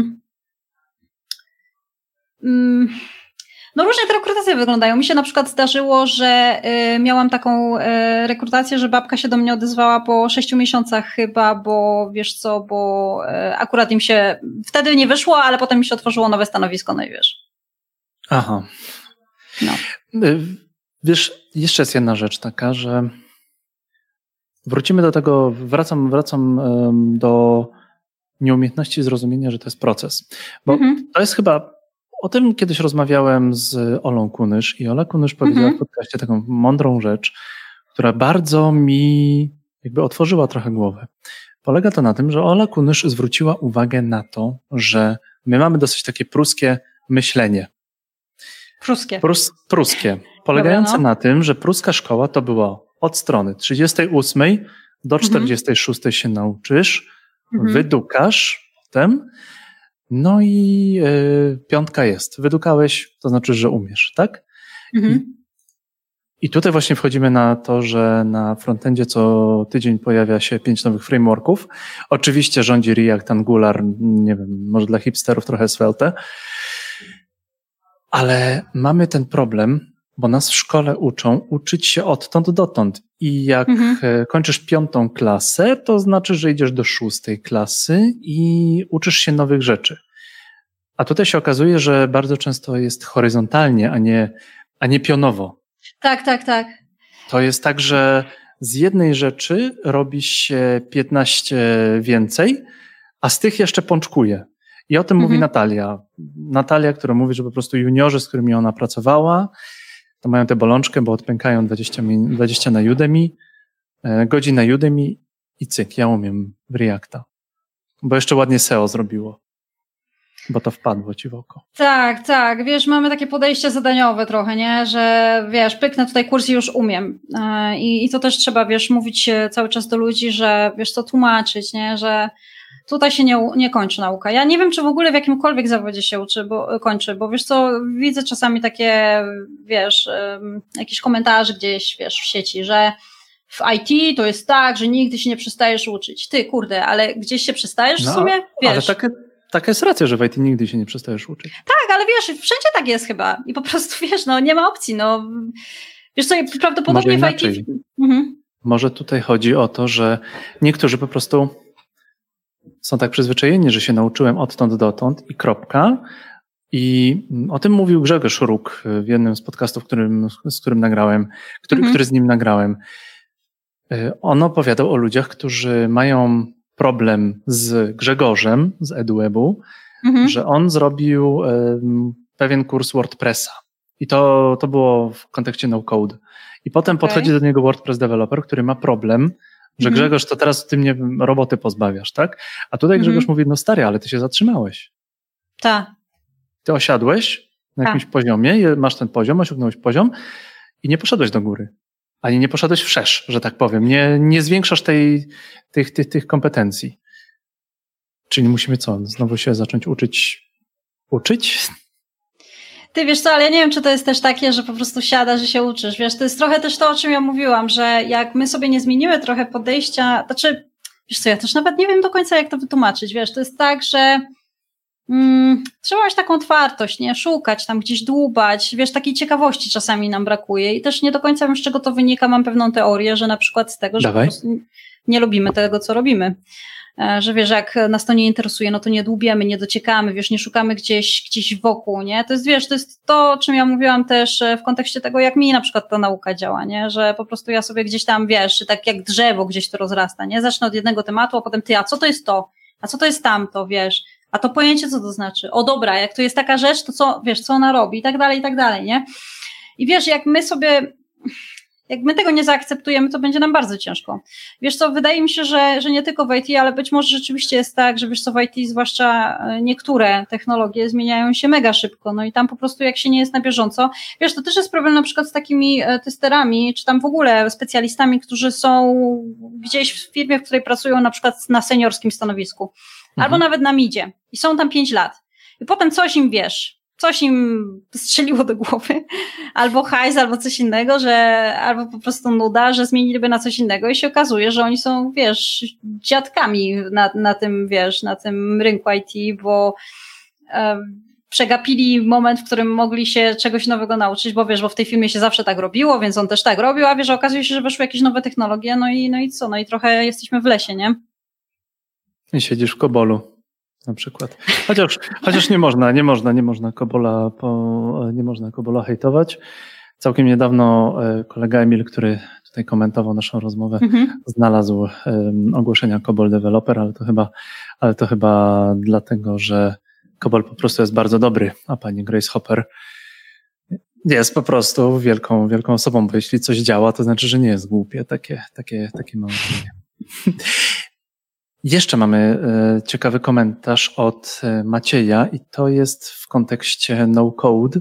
No różnie te rekrutacje wyglądają. Mi się na przykład zdarzyło, że miałam taką rekrutację, że babka się do mnie odezwała po 6 miesiącach chyba, bo wiesz co, bo akurat im się wtedy nie wyszło, ale potem mi się otworzyło nowe stanowisko, no i wiesz. Aha. No. Wiesz, jeszcze jest jedna rzecz taka, że wrócimy do tego, wracam do nieumiejętności zrozumienia, że to jest proces. Bo to jest chyba, o tym kiedyś rozmawiałem z Olą Kunysz i Ola Kunysz powiedziała w podcaście taką mądrą rzecz, która bardzo mi jakby otworzyła trochę głowę. Polega to na tym, że Ola Kunysz zwróciła uwagę na to, że my mamy dosyć takie pruskie myślenie. Pruskie. Polegające na tym, że pruska szkoła to było od strony 38 do 46 się nauczysz, wydukasz potem No i 5 jest. Wydukałeś, to znaczy, że umiesz, tak? I tutaj właśnie wchodzimy na to, że na frontendzie co tydzień pojawia się 5 nowych frameworków. Oczywiście rządzi React, Angular, nie wiem, może dla hipsterów trochę Svelte. Ale mamy ten problem, bo nas w szkole uczą uczyć się odtąd dotąd. I jak kończysz 5. klasę, to znaczy, że idziesz do 6. klasy i uczysz się nowych rzeczy. A tutaj się okazuje, że bardzo często jest horyzontalnie, a nie pionowo. Tak. To jest tak, że z jednej rzeczy robi się 15 więcej, a z tych jeszcze pączkuje. I o tym mówi Natalia. Natalia, która mówi, że po prostu juniorzy, z którymi ona pracowała, to mają tę bolączkę, bo odpękają 20 na Udemy, godzin na Udemy i cyk, ja umiem w Reacta. Bo jeszcze ładnie SEO zrobiło. Bo to wpadło ci w oko. Tak. Wiesz, mamy takie podejście zadaniowe trochę, nie? Że wiesz, pyknę tutaj kurs i już umiem. I to też trzeba, wiesz, mówić cały czas do ludzi, że wiesz co, tłumaczyć, nie? Że tutaj się nie kończy nauka. Ja nie wiem, czy w ogóle w jakimkolwiek zawodzie się kończy, bo wiesz co, widzę czasami takie, wiesz, jakieś komentarze gdzieś, wiesz, w sieci, że w IT to jest tak, że nigdy się nie przestajesz uczyć. Ty, kurde, ale gdzieś się przestajesz w sumie? Wiesz. Ale taka jest racja, że w IT nigdy się nie przestajesz uczyć. Tak, ale wiesz, wszędzie tak jest chyba. I po prostu, wiesz, no nie ma opcji, no. Wiesz co, prawdopodobnie może w IT... Może tutaj chodzi o to, że niektórzy po prostu są tak przyzwyczajeni, że się nauczyłem odtąd dotąd i kropka. I o tym mówił Grzegorz Róg w jednym z podcastów, z którym nagrałem, który z nim nagrałem. On opowiadał o ludziach, którzy mają problem z Grzegorzem z EduWebu, że on zrobił pewien kurs WordPressa. I to było w kontekście no-code. I potem podchodzi do niego WordPress developer, który ma problem, że Grzegorz, to teraz ty mnie roboty pozbawiasz, tak? A tutaj Grzegorz mówi, no stary, ale ty się zatrzymałeś. Tak. Ty osiadłeś na jakimś poziomie, masz ten poziom, osiągnąłeś poziom i nie poszedłeś do góry. Ani nie poszedłeś wszerz, że tak powiem. Nie zwiększasz tych kompetencji. Czyli musimy co? Znowu się zacząć uczyć? Ty wiesz co, ale ja nie wiem, czy to jest też takie, że po prostu siadasz, że się uczysz. Wiesz, to jest trochę też to, o czym ja mówiłam, że jak my sobie nie zmienimy trochę podejścia, znaczy, wiesz co, ja też nawet nie wiem do końca, jak to wytłumaczyć. Wiesz, to jest tak, że trzeba mieć taką otwartość, nie? Szukać, tam gdzieś dłubać, wiesz, takiej ciekawości czasami nam brakuje i też nie do końca wiem, z czego to wynika, mam pewną teorię, że na przykład z tego, że po prostu nie lubimy tego, co robimy. Że wiesz, jak nas to nie interesuje, no to nie dłubiemy, nie dociekamy, wiesz, nie szukamy gdzieś wokół, nie? To jest, wiesz, to jest to, o czym ja mówiłam też w kontekście tego, jak mi na przykład ta nauka działa, nie? Że po prostu ja sobie gdzieś tam, wiesz, tak jak drzewo gdzieś to rozrasta, nie? Zacznę od jednego tematu, a potem ty, a co to jest to? A co to jest tamto, wiesz? A to pojęcie, co to znaczy? O dobra, jak to jest taka rzecz, to co, wiesz, co ona robi i tak dalej, nie? I wiesz, jak my tego nie zaakceptujemy, to będzie nam bardzo ciężko. Wiesz co, wydaje mi się, że nie tylko w IT, ale być może rzeczywiście jest tak, że wiesz co, w IT zwłaszcza niektóre technologie zmieniają się mega szybko, no i tam po prostu jak się nie jest na bieżąco, wiesz, to też jest problem na przykład z takimi testerami, czy tam w ogóle specjalistami, którzy są gdzieś w firmie, w której pracują na przykład na seniorskim stanowisku, albo nawet na midzie i są tam 5 lat i potem coś im strzeliło do głowy, albo hajs, albo coś innego, albo po prostu nuda, że zmieniliby na coś innego i się okazuje, że oni są, wiesz, dziadkami na tym, wiesz, na tym rynku IT, bo przegapili moment, w którym mogli się czegoś nowego nauczyć, bo wiesz, bo w tej firmie się zawsze tak robiło, więc on też tak robił, a wiesz, okazuje się, że weszły jakieś nowe technologie, no i co, no i trochę jesteśmy w lesie, nie? I siedzisz w Kobolu. Na przykład. Chociaż nie można Kobola hejtować. Całkiem niedawno kolega Emil, który tutaj komentował naszą rozmowę, znalazł ogłoszenia Cobol Developer, ale to chyba dlatego, że Cobol po prostu jest bardzo dobry, a pani Grace Hopper jest po prostu wielką osobą, bo jeśli coś działa, to znaczy, że nie jest głupie. Takie małe zdanie. Jeszcze mamy ciekawy komentarz od Macieja i to jest w kontekście no-code.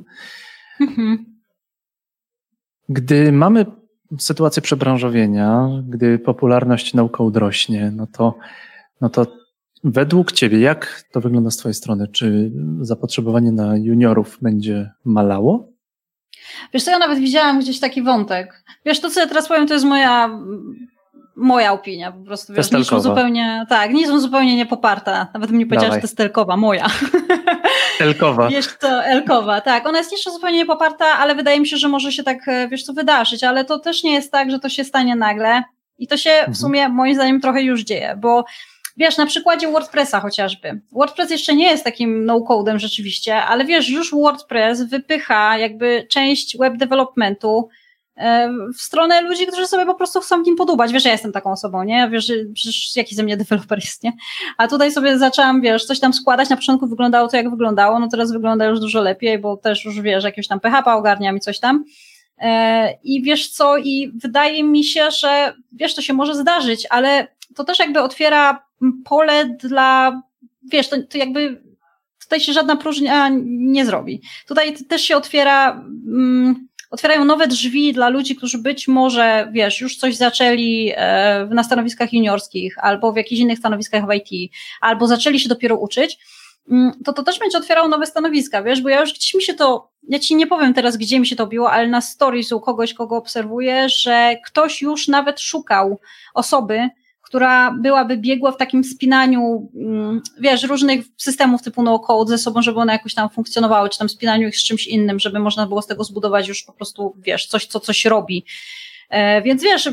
Gdy mamy sytuację przebranżowienia, gdy popularność no-code rośnie, no to Według Ciebie, jak to wygląda z Twojej strony? Czy zapotrzebowanie na juniorów będzie malało? Wiesz co, ja nawet widziałam gdzieś taki wątek. Wiesz, to co ja teraz powiem, to jest moja opinia po prostu. Wiesz, niczym zupełnie niepoparta. Nawet bym nie powiedziała, że to jest telkowa, moja. Elkowa. Wiesz co, elkowa, tak. Ona jest niczym zupełnie niepoparta, ale wydaje mi się, że może się tak, wiesz co, wydarzyć. Ale to też nie jest tak, że to się stanie nagle. I to się w sumie moim zdaniem trochę już dzieje, bo wiesz, na przykładzie WordPressa chociażby. WordPress jeszcze nie jest takim no-codem rzeczywiście, ale wiesz, już WordPress wypycha jakby część web developmentu w stronę ludzi, którzy sobie po prostu chcą w nim podubać. Wiesz, ja jestem taką osobą, nie? Wiesz, przecież jaki ze mnie deweloper jest, nie? A tutaj sobie zaczęłam, wiesz, coś tam składać. Na początku wyglądało to, jak wyglądało, no teraz wygląda już dużo lepiej, bo też już, wiesz, jakiegoś tam PHP ogarniam i coś tam. I wiesz co, i wydaje mi się, że wiesz, to się może zdarzyć, ale to też jakby otwiera pole dla, wiesz, to jakby tutaj się żadna próżnia nie zrobi. Tutaj też się otwierają nowe drzwi dla ludzi, którzy być może, wiesz, już coś zaczęli na stanowiskach juniorskich albo w jakichś innych stanowiskach w IT, albo zaczęli się dopiero uczyć, to też będzie otwierało nowe stanowiska, wiesz, bo ja już gdzieś mi się to, ja ci nie powiem teraz, gdzie mi się to biło, ale na stories u kogoś, kogo obserwuję, że ktoś już nawet szukał osoby, która byłaby biegła w takim spinaniu, wiesz, różnych systemów typu no-code ze sobą, żeby one jakoś tam funkcjonowały, czy tam spinaniu ich z czymś innym, żeby można było z tego zbudować już po prostu, wiesz, coś, co coś robi. Więc wiesz,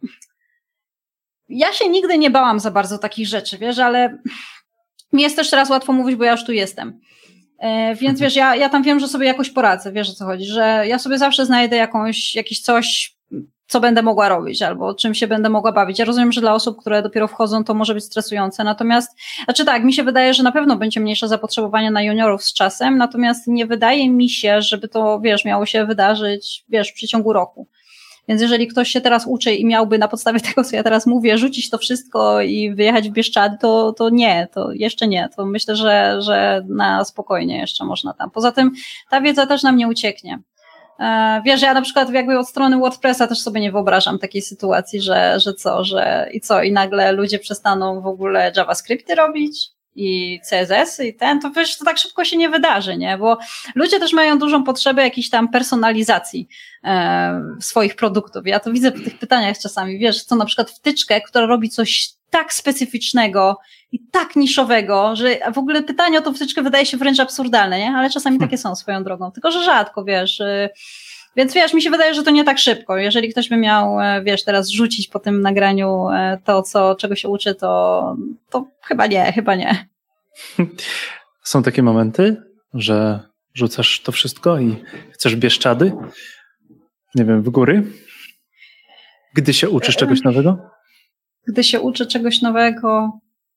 ja się nigdy nie bałam za bardzo takich rzeczy, wiesz, ale mi jest też teraz łatwo mówić, bo ja już tu jestem. Więc wiesz, ja tam wiem, że sobie jakoś poradzę, wiesz o co chodzi, że ja sobie zawsze znajdę jakieś coś, co będę mogła robić, albo czym się będę mogła bawić. Ja rozumiem, że dla osób, które dopiero wchodzą, to może być stresujące, natomiast, znaczy tak, mi się wydaje, że na pewno będzie mniejsze zapotrzebowanie na juniorów z czasem, natomiast nie wydaje mi się, żeby to, wiesz, miało się wydarzyć, wiesz, w przeciągu roku. Więc jeżeli ktoś się teraz uczy i miałby na podstawie tego, co ja teraz mówię, rzucić to wszystko i wyjechać w Bieszczady, to nie, to jeszcze nie. To myślę, że na spokojnie jeszcze można tam. Poza tym ta wiedza też nam nie ucieknie. Wiesz, ja na przykład jakby od strony WordPressa też sobie nie wyobrażam takiej sytuacji, że i nagle ludzie przestaną w ogóle JavaScripty robić i CSS i to wiesz, to tak szybko się nie wydarzy, nie? Bo ludzie też mają dużą potrzebę jakiejś tam personalizacji swoich produktów. Ja to widzę po tych pytaniach czasami, wiesz, co na przykład wtyczkę, która robi coś tak specyficznego i tak niszowego, że w ogóle pytanie o tą wtyczkę wydaje się wręcz absurdalne, nie? Ale czasami takie są swoją drogą, tylko że rzadko, wiesz. Więc wiesz, mi się wydaje, że to nie tak szybko. Jeżeli ktoś by miał, wiesz, teraz rzucić po tym nagraniu to, czego się uczy, to chyba nie. Są takie momenty, że rzucasz to wszystko i chcesz Bieszczady? Nie wiem, w góry? Gdy się uczysz czegoś nowego? Gdy się uczę czegoś nowego,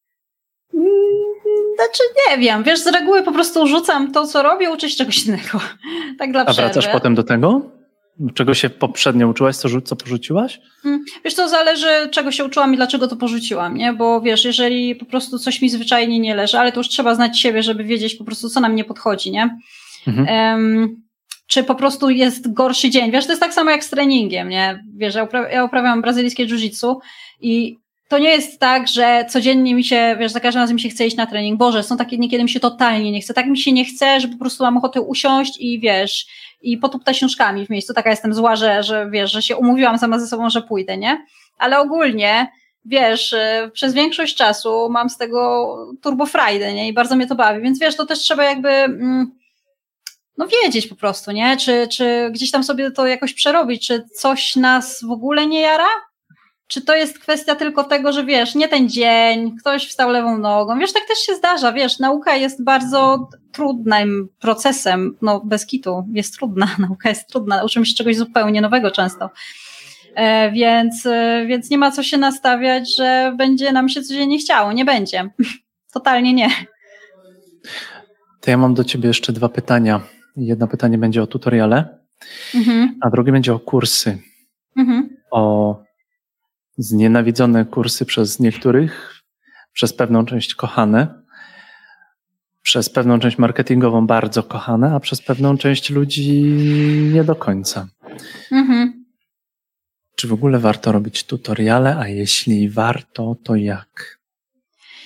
znaczy nie wiem, wiesz, z reguły po prostu rzucam to, co robię, uczę się czegoś innego. Tak dla przerwy. A wracasz potem do tego? Czego się poprzednio uczyłaś, co porzuciłaś? Wiesz, to zależy, czego się uczyłam i dlaczego to porzuciłam, nie? Bo wiesz, jeżeli po prostu coś mi zwyczajnie nie leży, ale to już trzeba znać siebie, żeby wiedzieć po prostu, co nam nie podchodzi, nie? Czy po prostu jest gorszy dzień. Wiesz, to jest tak samo jak z treningiem, nie? Wiesz, ja uprawiam brazylijskie jiu-jitsu i to nie jest tak, że codziennie mi się, wiesz, za każdym razem mi się chce iść na trening. Boże, są takie dni, kiedy mi się totalnie nie chce. Tak mi się nie chce, że po prostu mam ochotę usiąść i wiesz, i potuptać nóżkami w miejscu. Taka jestem zła, że wiesz, że się umówiłam sama ze sobą, że pójdę, nie? Ale ogólnie, wiesz, przez większość czasu mam z tego turbo frajdę, nie? I bardzo mnie to bawi. Więc wiesz, to też trzeba jakby wiedzieć po prostu, nie? Czy gdzieś tam sobie to jakoś przerobić, czy coś nas w ogóle nie jara? Czy to jest kwestia tylko tego, że wiesz, nie ten dzień, ktoś wstał lewą nogą, wiesz, tak też się zdarza, wiesz, nauka jest bardzo trudnym procesem, bez kitu, jest trudna, nauka jest trudna, uczymy się czegoś zupełnie nowego często, więc nie ma co się nastawiać, że będzie nam się codziennie chciało, nie będzie, totalnie nie. To ja mam do ciebie jeszcze 2 pytania. Jedno pytanie będzie o tutoriale, a drugie będzie o kursy, o znienawidzone kursy przez niektórych, przez pewną część kochane, przez pewną część marketingową bardzo kochane, a przez pewną część ludzi nie do końca. Czy w ogóle warto robić tutoriale, a jeśli warto, to jak?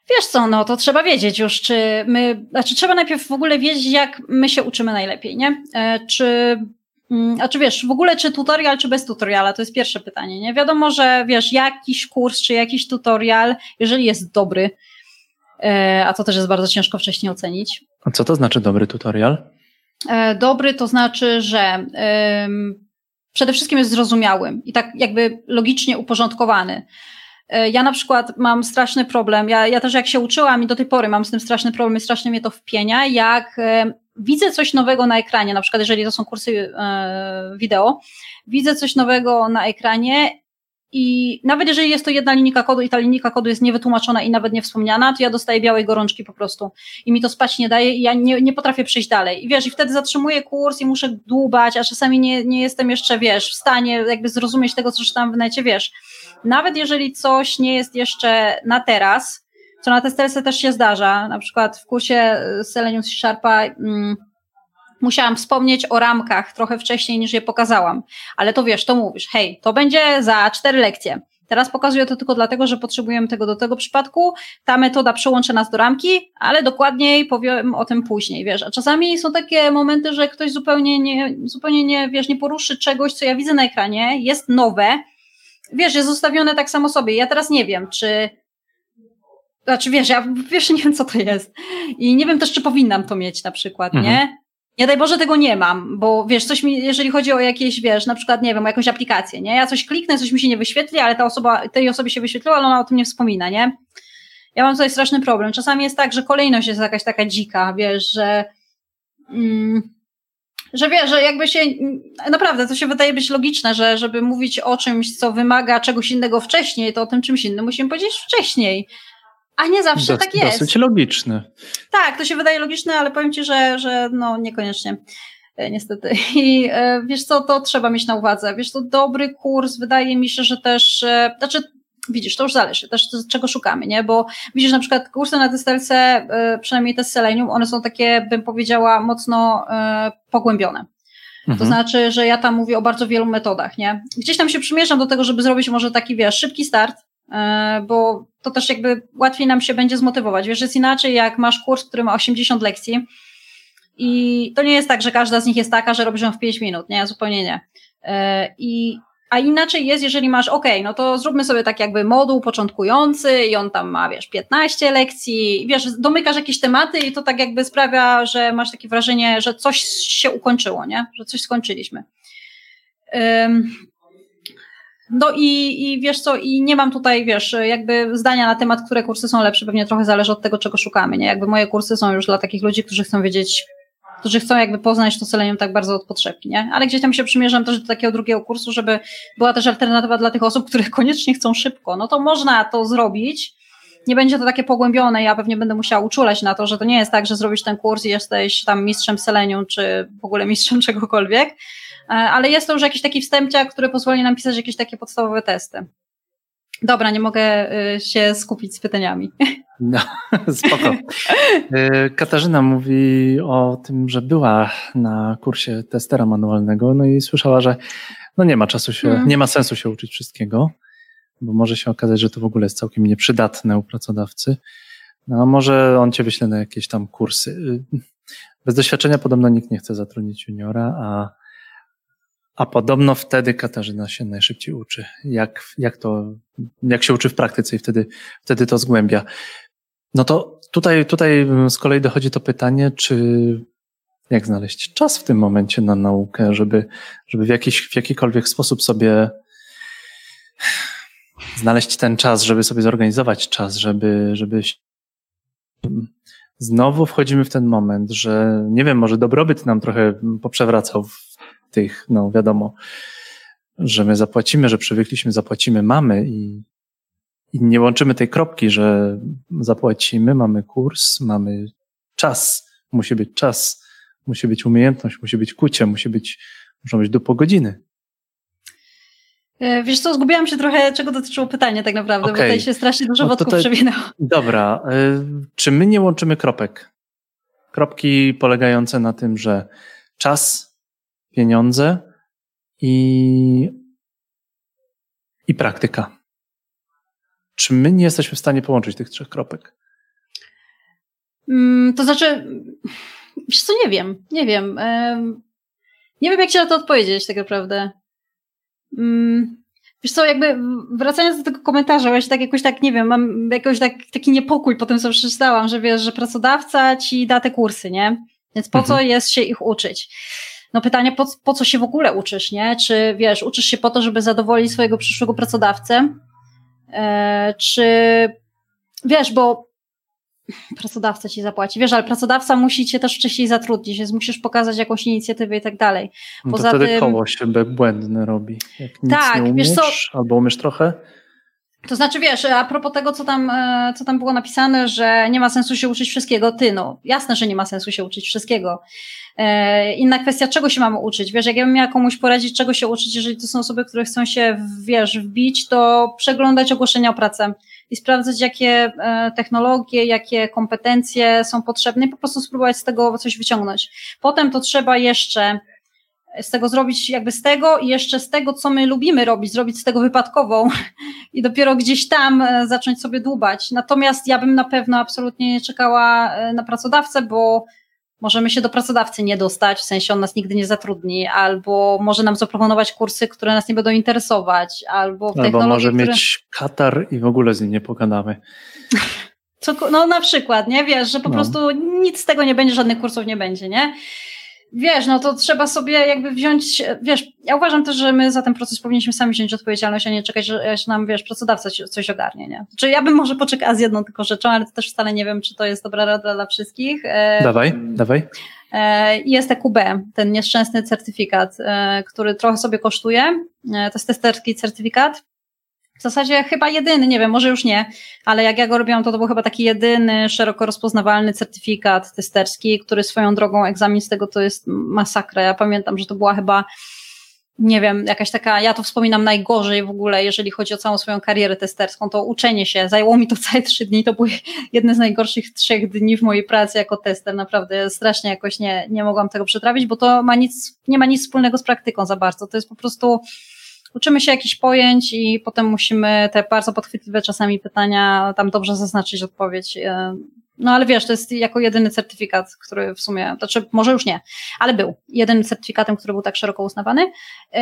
Wiesz co, no to trzeba wiedzieć już, trzeba najpierw w ogóle wiedzieć, jak my się uczymy najlepiej, nie? Czy wiesz, w ogóle czy tutorial, czy bez tutoriala, to jest pierwsze pytanie, nie? Wiadomo, że wiesz, jakiś kurs, czy jakiś tutorial, jeżeli jest dobry, a to też jest bardzo ciężko wcześniej ocenić. A co to znaczy dobry tutorial? Dobry to znaczy, że przede wszystkim jest zrozumiały i tak jakby logicznie uporządkowany. Ja na przykład mam straszny problem, ja też jak się uczyłam i do tej pory mam z tym straszny problem i strasznie mnie to wpienia, jak widzę coś nowego na ekranie, na przykład jeżeli to są kursy wideo, widzę coś nowego na ekranie i nawet jeżeli jest to jedna linijka kodu i ta linijka kodu jest niewytłumaczona i nawet nie wspomniana, to ja dostaję białej gorączki po prostu i mi to spać nie daje i ja nie potrafię przejść dalej. I wiesz, i wtedy zatrzymuję kurs i muszę dłubać, a czasami nie jestem jeszcze, wiesz, w stanie jakby zrozumieć tego, co czytam w necie, wiesz. Nawet jeżeli coś nie jest jeszcze na teraz, co na testerce też się zdarza, na przykład w kursie Selenium C Sharpa musiałam wspomnieć o ramkach trochę wcześniej niż je pokazałam, ale to wiesz, to mówisz, hej, to będzie za 4 lekcje. Teraz pokazuję to tylko dlatego, że potrzebujemy tego do tego przypadku, ta metoda przełączy nas do ramki, ale dokładniej powiem o tym później, wiesz, a czasami są takie momenty, że ktoś zupełnie nie, wiesz, nie poruszy czegoś, co ja widzę na ekranie, jest nowe, wiesz, jest zostawione tak samo sobie, ja teraz nie wiem, wiesz, ja nie wiem, co to jest i nie wiem też, czy powinnam to mieć na przykład, nie? Nie daj Boże, tego nie mam, bo wiesz, jeżeli chodzi o jakieś, wiesz, na przykład, nie wiem, o jakąś aplikację, nie? Ja coś kliknę, coś mi się nie wyświetli, ale tej osobie się wyświetliła, ale ona o tym nie wspomina, nie? Ja mam tutaj straszny problem. Czasami jest tak, że kolejność jest jakaś taka dzika, wiesz, że wiesz, że jakby się, naprawdę to się wydaje być logiczne, że żeby mówić o czymś, co wymaga czegoś innego wcześniej, to o tym czymś innym musimy powiedzieć wcześniej. A nie zawsze tak jest. Dosyć logiczny. Tak, to się wydaje logiczne, ale powiem Ci, że no niekoniecznie, niestety. I wiesz co, to trzeba mieć na uwadze. Wiesz, to dobry kurs, wydaje mi się, że też, widzisz, to już zależy też czego szukamy, nie? Bo widzisz, na przykład kursy na testerce, przynajmniej te z Selenium, one są takie, bym powiedziała, mocno pogłębione. To znaczy, że ja tam mówię o bardzo wielu metodach, nie? Gdzieś tam się przymierzam do tego, żeby zrobić może taki, wiesz, szybki start, bo to też jakby łatwiej nam się będzie zmotywować. Wiesz, jest inaczej, jak masz kurs, który ma 80 lekcji i to nie jest tak, że każda z nich jest taka, że robisz ją w 5 minut, nie? Zupełnie nie. A inaczej jest, jeżeli masz, no to zróbmy sobie tak jakby moduł początkujący i on tam ma, wiesz, 15 lekcji, wiesz, domykasz jakieś tematy i to tak jakby sprawia, że masz takie wrażenie, że coś się ukończyło, nie? Że coś skończyliśmy. No i wiesz co, i nie mam tutaj, wiesz, jakby zdania na temat, które kursy są lepsze, pewnie trochę zależy od tego, czego szukamy, nie? Jakby moje kursy są już dla takich ludzi, którzy chcą wiedzieć, którzy chcą jakby poznać to Selenium tak bardzo od podszewki, nie? Ale gdzieś tam się przymierzam też do takiego drugiego kursu, żeby była też alternatywa dla tych osób, które koniecznie chcą szybko. No to można to zrobić, nie będzie to takie pogłębione, ja pewnie będę musiała uczulać na to, że to nie jest tak, że zrobisz ten kurs i jesteś tam mistrzem Selenium, czy w ogóle mistrzem czegokolwiek, ale jest to już jakiś taki wstępciak, który pozwoli nam pisać jakieś takie podstawowe testy. Dobra, nie mogę się skupić z pytaniami. No, spoko. Katarzyna mówi o tym, że była na kursie testera manualnego, no i słyszała, że no nie ma czasu nie ma sensu się uczyć wszystkiego, bo może się okazać, że to w ogóle jest całkiem nieprzydatne u pracodawcy. No może on cię wyśle na jakieś tam kursy. Bez doświadczenia podobno nikt nie chce zatrudnić juniora, a podobno wtedy Katarzyna się najszybciej uczy. Jak się uczy w praktyce i wtedy to zgłębia. No to tutaj z kolei dochodzi to pytanie, jak znaleźć czas w tym momencie na naukę, żeby w jakikolwiek sposób sobie znaleźć ten czas, żeby sobie zorganizować czas, żeby znowu wchodzimy w ten moment, że nie wiem, może dobrobyt nam trochę poprzewracał w tych, no wiadomo, że my zapłacimy, że przywykliśmy, zapłacimy, mamy i nie łączymy tej kropki, że zapłacimy, mamy kurs, mamy czas, musi być umiejętność, musi być kucie, muszą być do pół godziny. Wiesz co, zgubiłam się trochę, czego dotyczyło pytanie tak naprawdę, bo tutaj się strasznie dużo wątków przewinęło. Dobra, czy my nie łączymy kropek? Kropki polegające na tym, że czas, pieniądze i praktyka. Czy my nie jesteśmy w stanie połączyć tych 3 kropek? To znaczy, wiesz co, nie wiem. Nie wiem, jak ci na to odpowiedzieć tak naprawdę. Wiesz co, jakby wracając do tego komentarza, właśnie tak jakoś tak, nie wiem, mam jakoś taki niepokój po tym, co przeczytałam, że wiesz, że pracodawca ci da te kursy, nie? Więc po co jest się ich uczyć? No pytanie, po co się w ogóle uczysz, nie? Czy wiesz, uczysz się po to, żeby zadowolić swojego przyszłego pracodawcę? Czy wiesz, bo pracodawca ci zapłaci. Wiesz, ale pracodawca musi cię też wcześniej zatrudnić, więc musisz pokazać jakąś inicjatywę i tak dalej. No to wtedy koło się błędne robi. Jak nic nie umiesz, wiesz co, albo umiesz trochę. To znaczy wiesz, a propos tego, co tam było napisane, że nie ma sensu się uczyć wszystkiego, jasne, że nie ma sensu się uczyć wszystkiego. Inna kwestia, czego się mamy uczyć. Wiesz, jak ja bym miała komuś poradzić, czego się uczyć, jeżeli to są osoby, które chcą się, wiesz, wbić, to przeglądać ogłoszenia o pracę i sprawdzać, jakie technologie, jakie kompetencje są potrzebne i po prostu spróbować z tego coś wyciągnąć. Potem to trzeba jeszcze z tego zrobić jakby z tego i jeszcze z tego, co my lubimy robić, zrobić z tego wypadkową i dopiero gdzieś tam zacząć sobie dłubać. Natomiast ja bym na pewno absolutnie nie czekała na pracodawcę, bo możemy się do pracodawcy nie dostać, w sensie on nas nigdy nie zatrudni, albo może nam zaproponować kursy, które nas nie będą interesować, albo może mieć katar i w ogóle z nim nie pogadamy. No na przykład, nie? Wiesz, że po prostu nic z tego nie będzie, żadnych kursów nie będzie, nie? Wiesz, no to trzeba sobie jakby wziąć, wiesz, ja uważam też, że my za ten proces powinniśmy sami wziąć odpowiedzialność, a nie czekać, że nam, wiesz, pracodawca coś ogarnie, nie? Czyli ja bym może poczekała z jedną tylko rzeczą, ale to też wcale nie wiem, czy to jest dobra rada dla wszystkich. Dawaj. Jest EQB, ten nieszczęsny certyfikat, który trochę sobie kosztuje, to jest testerski certyfikat. W zasadzie chyba jedyny, nie wiem, może już nie, ale jak ja go robiłam, to był chyba taki jedyny, szeroko rozpoznawalny certyfikat testerski, który swoją drogą, egzamin z tego to jest masakra. Ja pamiętam, że to była chyba, nie wiem, jakaś taka, ja to wspominam najgorzej w ogóle, jeżeli chodzi o całą swoją karierę testerską, to uczenie się, zajęło mi to całe 3 dni, to były jedne z najgorszych 3 dni w mojej pracy jako tester, naprawdę strasznie jakoś nie mogłam tego przetrawić, bo to nie ma nic wspólnego z praktyką za bardzo, to jest po prostu... Uczymy się jakichś pojęć i potem musimy te bardzo podchwytliwe czasami pytania tam dobrze zaznaczyć odpowiedź. No ale wiesz, to jest jako jedyny certyfikat, który w sumie, znaczy może już nie, ale był jedynym certyfikatem, który był tak szeroko uznawany.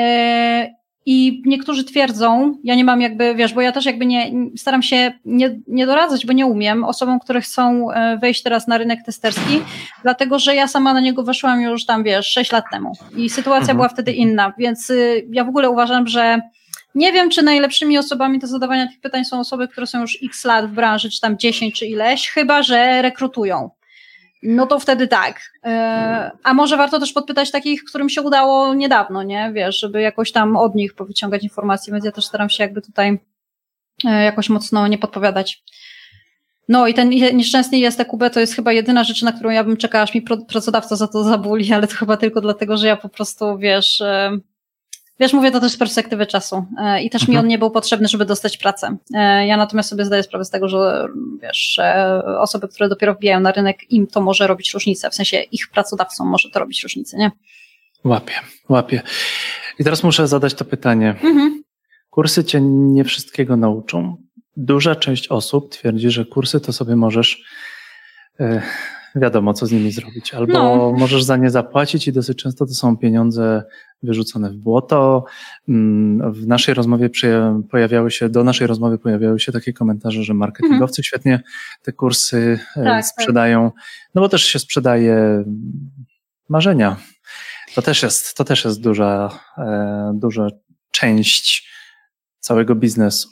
I niektórzy twierdzą, ja nie mam jakby, wiesz, bo ja też jakby staram się nie doradzać, bo nie umiem osobom, które chcą wejść teraz na rynek testerski, dlatego, że ja sama na niego weszłam już tam, wiesz, 6 lat temu i sytuacja była wtedy inna, więc ja w ogóle uważam, że nie wiem, czy najlepszymi osobami do zadawania tych pytań są osoby, które są już x lat w branży, czy tam 10 czy ileś, chyba że rekrutują. No to wtedy tak. A może warto też podpytać takich, którym się udało niedawno, nie? Wiesz, żeby jakoś tam od nich powyciągać informacje, więc ja też staram się jakby tutaj jakoś mocno nie podpowiadać. No i ten nieszczęsny ISTQB to jest chyba jedyna rzecz, na którą ja bym czekała, aż mi pracodawca za to zabuli, ale to chyba tylko dlatego, że ja po prostu, wiesz, mówię to też z perspektywy czasu i też mi on nie był potrzebny, żeby dostać pracę. Ja natomiast sobie zdaję sprawę z tego, że wiesz, osoby, które dopiero wbijają na rynek, im to może robić różnicę, w sensie ich pracodawcom może to robić różnicę, nie? Łapię. I teraz muszę zadać to pytanie. Kursy cię nie wszystkiego nauczą. Duża część osób twierdzi, że kursy to sobie możesz wiadomo, co z nimi zrobić. Albo możesz za nie zapłacić i dosyć często to są pieniądze wyrzucone w błoto. W naszej rozmowie do naszej rozmowy pojawiały się takie komentarze, że marketingowcy świetnie te kursy sprzedają, no bo też się sprzedaje marzenia. To też jest duża część całego biznesu.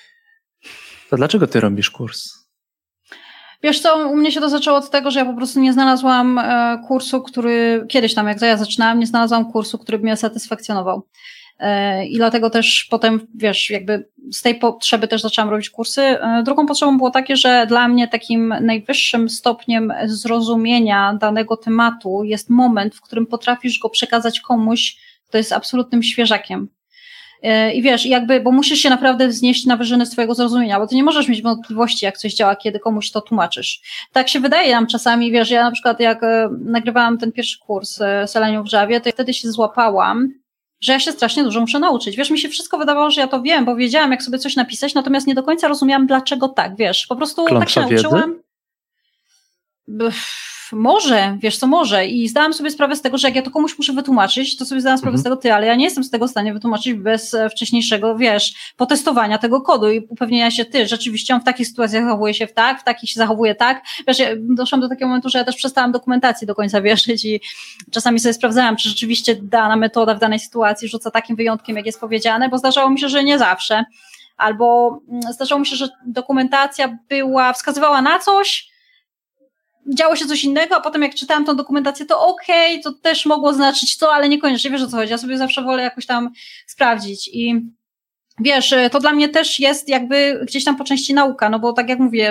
To dlaczego ty robisz kurs? Wiesz co, u mnie się to zaczęło od tego, że ja po prostu nie znalazłam kursu, który kiedyś tam, jak ja zaczynałam, nie znalazłam kursu, który by mnie satysfakcjonował. I dlatego też potem, wiesz, jakby z tej potrzeby też zaczęłam robić kursy. Drugą potrzebą było takie, że dla mnie takim najwyższym stopniem zrozumienia danego tematu jest moment, w którym potrafisz go przekazać komuś, kto jest absolutnym świeżakiem. I wiesz, jakby, bo musisz się naprawdę wznieść na wyżyny swojego zrozumienia, bo ty nie możesz mieć wątpliwości, jak coś działa, kiedy komuś to tłumaczysz. Tak się wydaje nam czasami, wiesz, ja na przykład jak nagrywałam ten pierwszy kurs Selenium w Javie, to wtedy się złapałam, że ja się strasznie dużo muszę nauczyć. Wiesz, mi się wszystko wydawało, że ja to wiem, bo wiedziałam, jak sobie coś napisać, natomiast nie do końca rozumiałam, dlaczego tak, wiesz, po prostu Klątwa tak się nauczyłam. Może, wiesz co, może. I zdałam sobie sprawę z tego, że jak ja to komuś muszę wytłumaczyć, to sobie zdałam sprawę z tego, ale ja nie jestem z tego w stanie wytłumaczyć bez wcześniejszego, potestowania tego kodu i upewnienia się, rzeczywiście on w takich sytuacjach zachowuje się w takich się zachowuje tak. Wiesz, ja doszłam do takiego momentu, że ja też przestałam dokumentacji do końca wierzyć i czasami sobie sprawdzałam, czy rzeczywiście dana metoda w danej sytuacji rzuca takim wyjątkiem, jak jest powiedziane, bo zdarzało mi się, że nie zawsze. Albo zdarzało mi się, że dokumentacja wskazywała na coś, działo się coś innego, a potem jak czytałam tą dokumentację, to to też mogło znaczyć to, ale niekoniecznie, wiesz o co chodzi, ja sobie zawsze wolę jakoś tam sprawdzić i wiesz, to dla mnie też jest jakby gdzieś tam po części nauka, no bo tak jak mówię,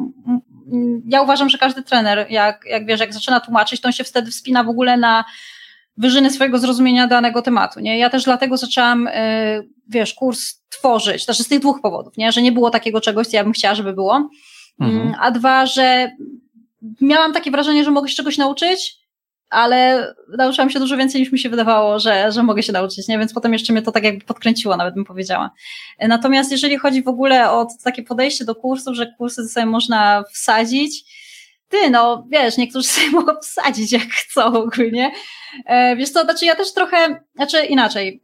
ja uważam, że każdy trener, jak zaczyna tłumaczyć, to on się wtedy wspina w ogóle na wyżyny swojego zrozumienia danego tematu, nie? Ja też dlatego zaczęłam, kurs tworzyć, znaczy z tych dwóch powodów, nie? Że nie było takiego czegoś, co ja bym chciała, żeby było, a dwa, że miałam takie wrażenie, że mogę się czegoś nauczyć, ale nauczyłam się dużo więcej niż mi się wydawało, że mogę się nauczyć, nie? Więc potem jeszcze mnie to tak jakby podkręciło, nawet bym powiedziała. Natomiast jeżeli chodzi w ogóle o takie podejście do kursów, że kursy sobie można wsadzić, niektórzy sobie mogą wsadzić jak chcą ogólnie. Wiesz co, znaczy ja też trochę, inaczej.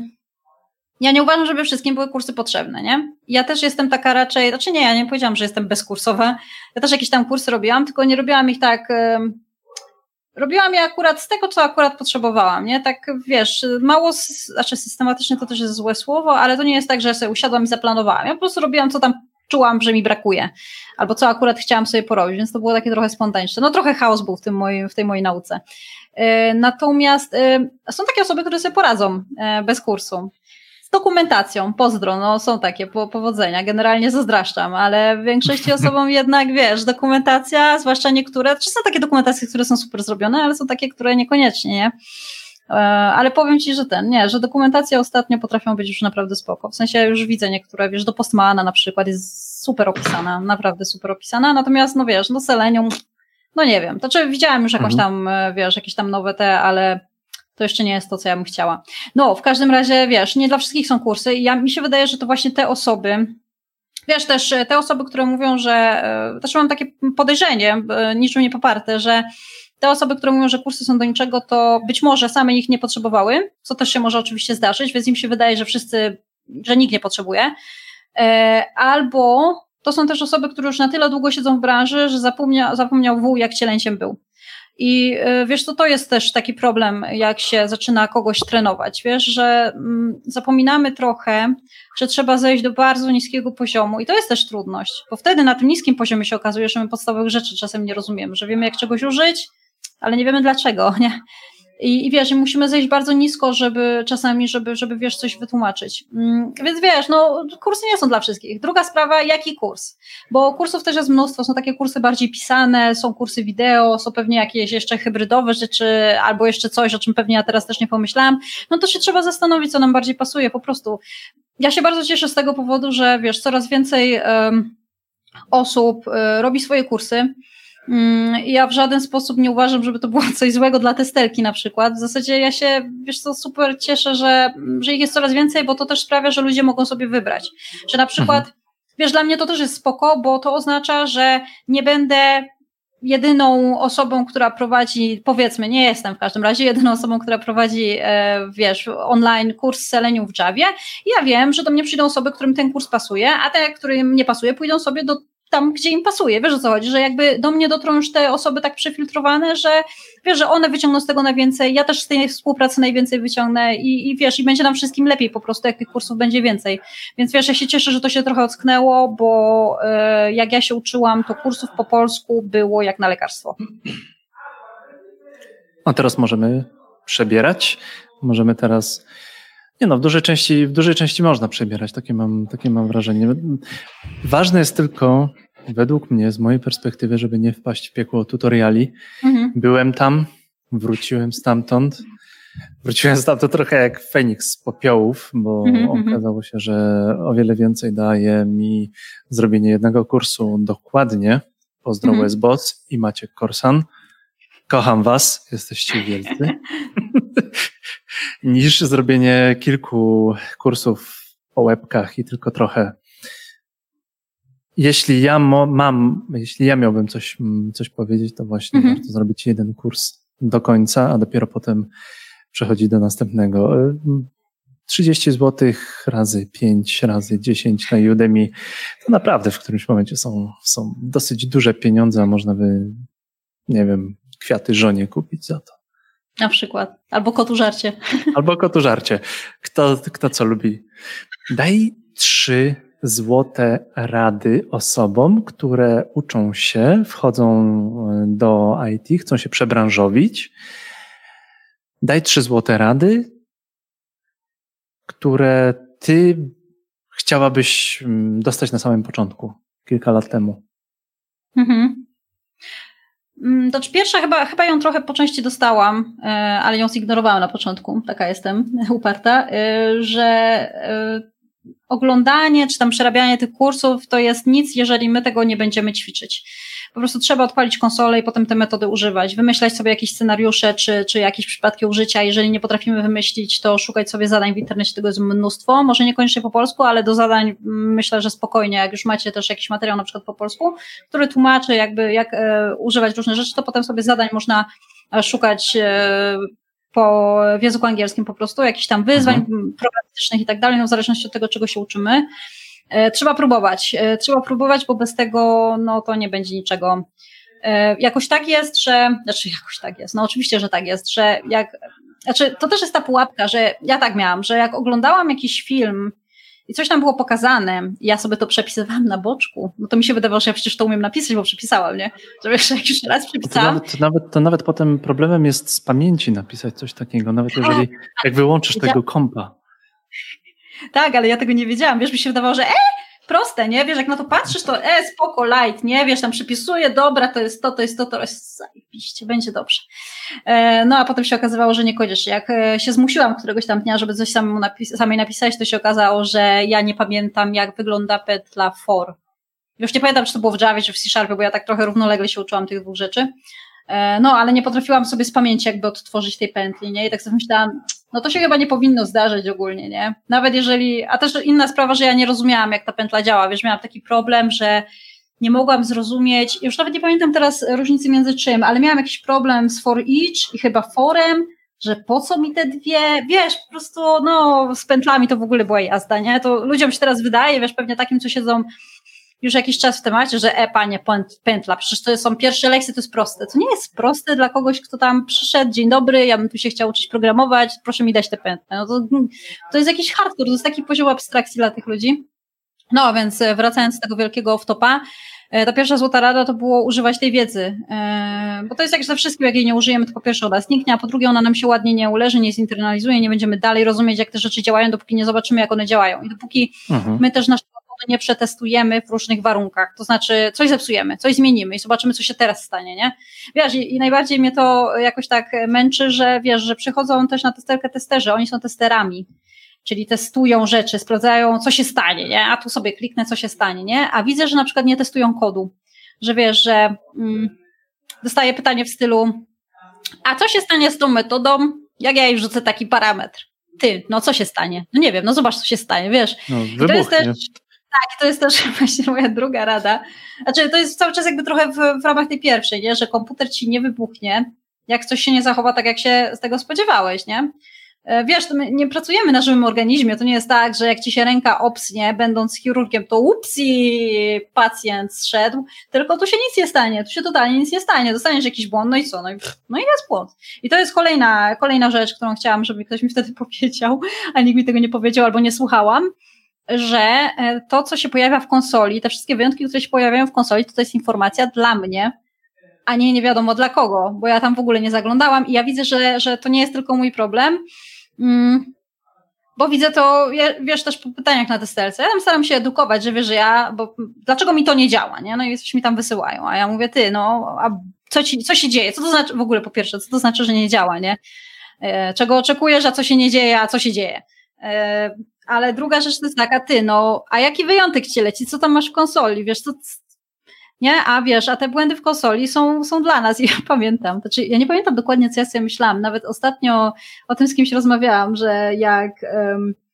Ja nie uważam, żeby wszystkim były kursy potrzebne, nie? Ja też jestem taka raczej, ja nie powiedziałam, że jestem bezkursowa. Ja też jakieś tam kursy robiłam, tylko nie robiłam ich tak, robiłam je akurat z tego, co akurat potrzebowałam, nie? Tak, wiesz, mało, systematycznie to też jest złe słowo, ale to nie jest tak, że sobie usiadłam i zaplanowałam. Ja po prostu robiłam, co tam czułam, że mi brakuje, albo co akurat chciałam sobie porobić, więc to było takie trochę spontaniczne. No trochę chaos był w tej mojej nauce. Natomiast są takie osoby, które sobie poradzą bez kursu. Z dokumentacją, pozdro, są takie powodzenia, generalnie zazdraszczam, ale w większości osobom jednak, dokumentacja, zwłaszcza niektóre, czy są takie dokumentacje, które są super zrobione, ale są takie, które niekoniecznie, nie? Ale powiem ci, że że dokumentacje ostatnio potrafią być już naprawdę spoko, w sensie już widzę niektóre, do Postmana na przykład jest super opisana, naprawdę super opisana, natomiast, Selenium, nie wiem, widziałam już jakąś tam, jakieś tam nowe ale to jeszcze nie jest to, co ja bym chciała. W każdym razie, nie dla wszystkich są kursy i mi się wydaje, że to właśnie te osoby, też te osoby, które mówią, że, też mam takie podejrzenie, niczym nie poparte, że te osoby, które mówią, że kursy są do niczego, to być może same ich nie potrzebowały, co też się może oczywiście zdarzyć, więc im się wydaje, że nikt nie potrzebuje, albo to są też osoby, które już na tyle długo siedzą w branży, że zapomniał wół, jak cielęciem był. I to jest też taki problem, jak się zaczyna kogoś trenować, że zapominamy trochę, że trzeba zejść do bardzo niskiego poziomu i to jest też trudność, bo wtedy na tym niskim poziomie się okazuje, że my podstawowych rzeczy czasem nie rozumiemy, że wiemy jak czegoś użyć, ale nie wiemy dlaczego, nie? I i musimy zejść bardzo nisko, żeby coś wytłumaczyć. Więc kursy nie są dla wszystkich. Druga sprawa, jaki kurs? Bo kursów też jest mnóstwo, są takie kursy bardziej pisane, są kursy wideo, są pewnie jakieś jeszcze hybrydowe rzeczy, albo jeszcze coś, o czym pewnie ja teraz też nie pomyślałam. To się trzeba zastanowić, co nam bardziej pasuje, po prostu. Ja się bardzo cieszę z tego powodu, że coraz więcej osób robi swoje kursy. Ja w żaden sposób nie uważam, żeby to było coś złego dla testerki na przykład. W zasadzie ja się, super cieszę, że ich jest coraz więcej, bo to też sprawia, że ludzie mogą sobie wybrać. Że na przykład, dla mnie to też jest spoko, bo to oznacza, że nie będę jedyną osobą, która prowadzi, powiedzmy, nie jestem w każdym razie jedyną osobą, która prowadzi, online kurs Selenium w Javie. Ja wiem, że do mnie przyjdą osoby, którym ten kurs pasuje, a te, którym nie pasuje, pójdą sobie tam, gdzie im pasuje. Wiesz o co chodzi, że jakby do mnie dotrą już te osoby tak przefiltrowane, że że one wyciągną z tego najwięcej, ja też z tej współpracy najwięcej wyciągnę i będzie nam wszystkim lepiej po prostu, jak tych kursów będzie więcej. Więc ja się cieszę, że to się trochę ocknęło, bo jak ja się uczyłam, to kursów po polsku było jak na lekarstwo. A teraz możemy przebierać. Możemy teraz... w dużej części można przebierać, takie mam wrażenie. Ważne jest tylko, według mnie, z mojej perspektywy, żeby nie wpaść w piekło tutoriali. Byłem tam, wróciłem stamtąd. Wróciłem stamtąd trochę jak Feniks z popiołów, bo okazało się, że o wiele więcej daje mi zrobienie jednego kursu dokładnie. Pozdro Wesboss i Maciek Korsan. Kocham was, jesteście wielcy. Niż zrobienie kilku kursów po łebkach i tylko trochę Jeśli ja miałbym coś powiedzieć, to właśnie warto zrobić jeden kurs do końca, a dopiero potem przechodzić do następnego. 30 zł razy 5 razy 10 na Udemy, to naprawdę w którymś momencie są dosyć duże pieniądze, a można by, nie wiem, kwiaty żonie kupić za to. Na przykład. Albo kotu żarcie. Albo kotu żarcie. Kto co lubi. Daj 3 złote rady osobom, które uczą się, wchodzą do IT, chcą się przebranżowić. Daj 3 złote rady, które ty chciałabyś dostać na samym początku, kilka lat temu. To pierwsza chyba ją trochę po części dostałam, ale ją zignorowałam na początku, taka jestem uparta, że oglądanie czy tam przerabianie tych kursów to jest nic, jeżeli my tego nie będziemy ćwiczyć. Po prostu trzeba odpalić konsolę i potem te metody używać, wymyślać sobie jakieś scenariusze czy jakieś przypadki użycia. Jeżeli nie potrafimy wymyślić, to szukać sobie zadań w internecie, tego jest mnóstwo, może niekoniecznie po polsku, ale do zadań myślę, że spokojnie, jak już macie też jakiś materiał na przykład po polsku, który tłumaczy jak używać różne rzeczy, to potem sobie zadań można szukać w języku angielskim po prostu, jakichś tam wyzwań programistycznych i tak dalej, no w zależności od tego, czego się uczymy. Trzeba próbować, bo bez tego no to nie będzie niczego. Jakoś tak jest, no oczywiście, że tak jest, że to też jest ta pułapka, że ja tak miałam, że jak oglądałam jakiś film i coś tam było pokazane i ja sobie to przepisywałam na boczku, no to mi się wydawało, że ja przecież to umiem napisać, bo przepisałam, nie? Że wiesz, jak już raz przepisałam. To nawet potem problemem jest z pamięci napisać coś takiego, nawet jeżeli jak wyłączysz tego kompa. Tak, ale ja tego nie wiedziałam, wiesz, mi się wydawało, że proste, nie? Wiesz, jak na to patrzysz, to spoko, light, nie? Wiesz, tam przypisuję, dobra, to jest zajebiście, będzie dobrze. No, a potem się okazywało, że niekoniecznie. Jak się zmusiłam któregoś tam dnia, żeby coś samej napisać, to się okazało, że ja nie pamiętam, jak wygląda pętla for. Już nie pamiętam, czy to było w Javie, czy w C#, bo ja tak trochę równolegle się uczyłam tych dwóch rzeczy. No, ale nie potrafiłam sobie z pamięci jakby odtworzyć tej pętli, nie? I tak sobie myślałam, no to się chyba nie powinno zdarzyć ogólnie, nie? Nawet jeżeli, a też inna sprawa, że ja nie rozumiałam, jak ta pętla działa, wiesz, miałam taki problem, że nie mogłam zrozumieć, już nawet nie pamiętam teraz różnicy między czym, ale miałam jakiś problem z for each i chyba forem, że po co mi te dwie, wiesz, po prostu, no, z pętlami to w ogóle była jazda, nie? To ludziom się teraz wydaje, wiesz, pewnie takim, co siedzą już jakiś czas w temacie, że panie, pętla, przecież to są pierwsze lekcje, to jest proste. To nie jest proste dla kogoś, kto tam przyszedł, dzień dobry, ja bym tu się chciał uczyć programować, proszę mi dać te pętle. No to jest jakiś hardcore, to jest taki poziom abstrakcji dla tych ludzi. No, więc wracając z tego wielkiego off-topa, ta pierwsza złota rada to było używać tej wiedzy, bo to jest jak ze wszystkim, jak jej nie użyjemy, to po pierwsze ona zniknie, a po drugie ona nam się ładnie nie uleży, nie zinternalizuje, nie będziemy dalej rozumieć, jak te rzeczy działają, dopóki nie zobaczymy, jak one działają. I dopóki my też naszego nie przetestujemy w różnych warunkach, to znaczy coś zepsujemy, coś zmienimy i zobaczymy, co się teraz stanie, nie? Wiesz, i najbardziej mnie to jakoś tak męczy, że wiesz, że przychodzą też na testerkę testerzy, oni są testerami, czyli testują rzeczy, sprawdzają, co się stanie, nie? A tu sobie kliknę, co się stanie, nie? A widzę, że na przykład nie testują kodu, że wiesz, że dostaję pytanie w stylu, a co się stanie z tą metodą, jak ja jej wrzucę taki parametr? Ty, no co się stanie? No nie wiem, no zobacz, co się stanie, wiesz? No, wybuchnie. Tak, to jest też właśnie moja druga rada. Znaczy, to jest cały czas jakby trochę w ramach tej pierwszej, nie? Że komputer ci nie wybuchnie, jak coś się nie zachowa tak, jak się z tego spodziewałeś, nie? Wiesz, to my nie pracujemy na żywym organizmie, to nie jest tak, że jak ci się ręka obsnie, będąc chirurgiem, to upsi, pacjent zszedł, tylko tu się nic nie stanie, tu się totalnie nic nie stanie, dostaniesz jakiś błąd, no i co? No i jest błąd. I to jest kolejna rzecz, którą chciałam, żeby ktoś mi wtedy powiedział, a nikt mi tego nie powiedział albo nie słuchałam, że to, co się pojawia w konsoli, te wszystkie wyjątki, które się pojawiają w konsoli, to jest informacja dla mnie, a nie wiadomo dla kogo, bo ja tam w ogóle nie zaglądałam i ja widzę, że to nie jest tylko mój problem, bo widzę to, wiesz, też po pytaniach na testerce, ja tam staram się edukować, że wiesz, że bo dlaczego mi to nie działa, nie? No i coś mi tam wysyłają, a ja mówię, a co się dzieje? Co to znaczy w ogóle po pierwsze, co to znaczy, że nie działa, nie? Czego oczekujesz, a co się nie dzieje, a co się dzieje? Ale druga rzecz to jest taka, a jaki wyjątek ci leci? Co tam masz w konsoli? Wiesz, nie? A te błędy w konsoli są dla nas i ja pamiętam. Znaczy, ja nie pamiętam dokładnie, co ja sobie myślałam. Nawet ostatnio o tym z kimś rozmawiałam, że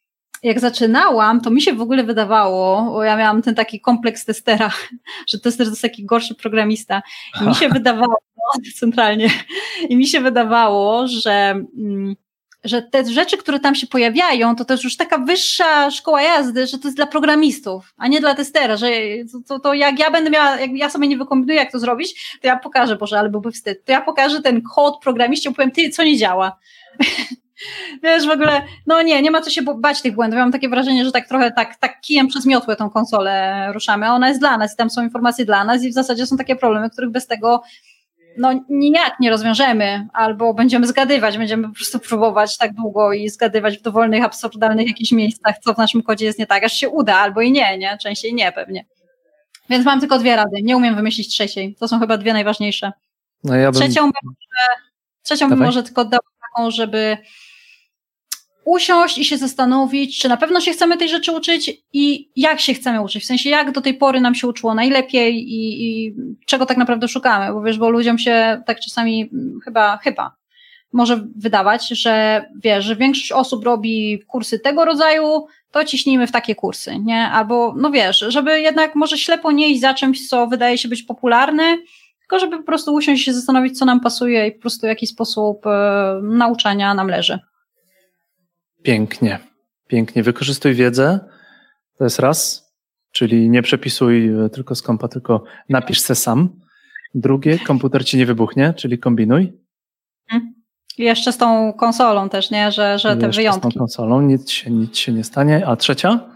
jak zaczynałam, to mi się w ogóle wydawało, bo ja miałam ten taki kompleks testera, że tester to jest taki gorszy programista. I mi się wydawało, centralnie, i mi się wydawało, że te rzeczy, które tam się pojawiają, to też już taka wyższa szkoła jazdy, że to jest dla programistów, a nie dla testera, że to jak ja będę miała, jak ja sobie nie wykombinuję, jak to zrobić, to ja pokażę, Boże, ale byłby wstyd, to ja pokażę ten kod programiście, powiem, ty, co nie działa. Wiesz, w ogóle, no nie ma co się bać tych błędów. Ja mam takie wrażenie, że tak trochę tak kijem przez miotłę tą konsolę ruszamy, a ona jest dla nas i tam są informacje dla nas i w zasadzie są takie problemy, których bez tego nijak nie rozwiążemy, albo będziemy po prostu próbować tak długo i zgadywać w dowolnych, absurdalnych jakichś miejscach, co w naszym kodzie jest nie tak, aż się uda, albo i nie? Częściej nie pewnie. Więc mam tylko 2 rady, nie umiem wymyślić trzeciej. To są chyba 2 najważniejsze. No ja bym... Trzecią bym może tylko dała taką, żeby usiąść i się zastanowić, czy na pewno się chcemy tej rzeczy uczyć i jak się chcemy uczyć, w sensie jak do tej pory nam się uczyło najlepiej i czego tak naprawdę szukamy, bo wiesz, bo ludziom się tak czasami chyba może wydawać, że wiesz, że większość osób robi kursy tego rodzaju, to ciśnijmy w takie kursy, nie? Albo, no wiesz, żeby jednak może ślepo nie iść za czymś, co wydaje się być popularne, tylko żeby po prostu usiąść i się zastanowić, co nam pasuje i po prostu w jaki sposób nauczania nam leży. Pięknie. Wykorzystuj wiedzę, to jest raz, czyli nie przepisuj tylko z kompa, tylko napisz se sam. Drugie, komputer ci nie wybuchnie, czyli kombinuj. I jeszcze z tą konsolą też, nie? Że te wyjątki. Z tą konsolą nic się nie stanie. A trzecia?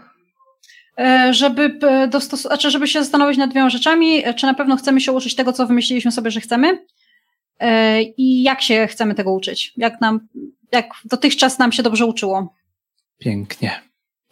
Żeby się zastanowić nad 2 rzeczami, czy na pewno chcemy się uczyć tego, co wymyśliliśmy sobie, że chcemy i jak się chcemy tego uczyć. Jak dotychczas nam się dobrze uczyło. Pięknie.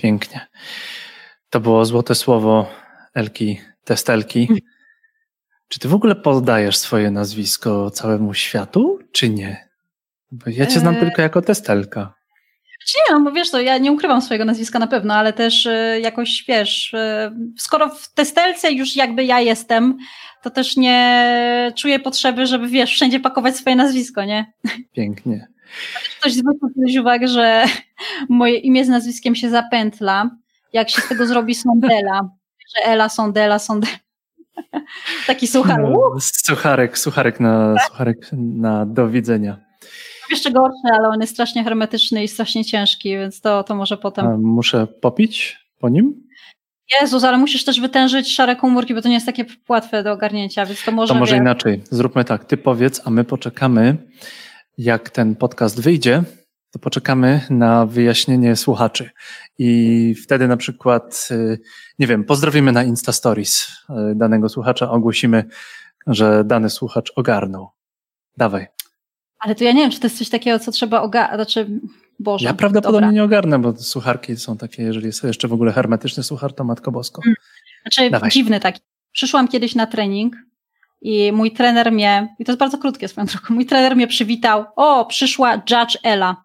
To było złote słowo Elki, testelki. Czy ty w ogóle podajesz swoje nazwisko całemu światu, czy nie? Bo ja cię znam tylko jako testelka. Czy nie, no bo wiesz, to ja nie ukrywam swojego nazwiska na pewno, ale też jakoś, wiesz, skoro w testelce już jakby ja jestem, to też nie czuję potrzeby, żeby, wiesz, wszędzie pakować swoje nazwisko, nie? Pięknie. Ktoś zwrócił uwagę, że moje imię z nazwiskiem się zapętla, jak się z tego zrobi Sondela, że Ela, Sondela. Taki suchar. Sucharek na do widzenia. Jeszcze gorszy, ale on jest strasznie hermetyczny i strasznie ciężki, więc to może potem... A muszę popić po nim? Jezus, ale musisz też wytężyć szare komórki, bo to nie jest takie łatwe do ogarnięcia, więc to może... To może inaczej. Zróbmy tak, ty powiedz, a my poczekamy, jak ten podcast wyjdzie, to poczekamy na wyjaśnienie słuchaczy. I wtedy na przykład, nie wiem, pozdrowimy na Insta Stories danego słuchacza, ogłosimy, że dany słuchacz ogarnął. Dawaj. Ale to ja nie wiem, czy to jest coś takiego, co trzeba ogarnąć, Boże. Ja prawdopodobnie nie ogarnę, bo słucharki są takie, jeżeli jest jeszcze w ogóle hermetyczny słuchar, to Matko Bosko. Dawaj. Dziwny taki. Przyszłam kiedyś na trening i mój trener i to jest bardzo krótkie swoją drogą, mój trener mnie przywitał, przyszła Judge Ela.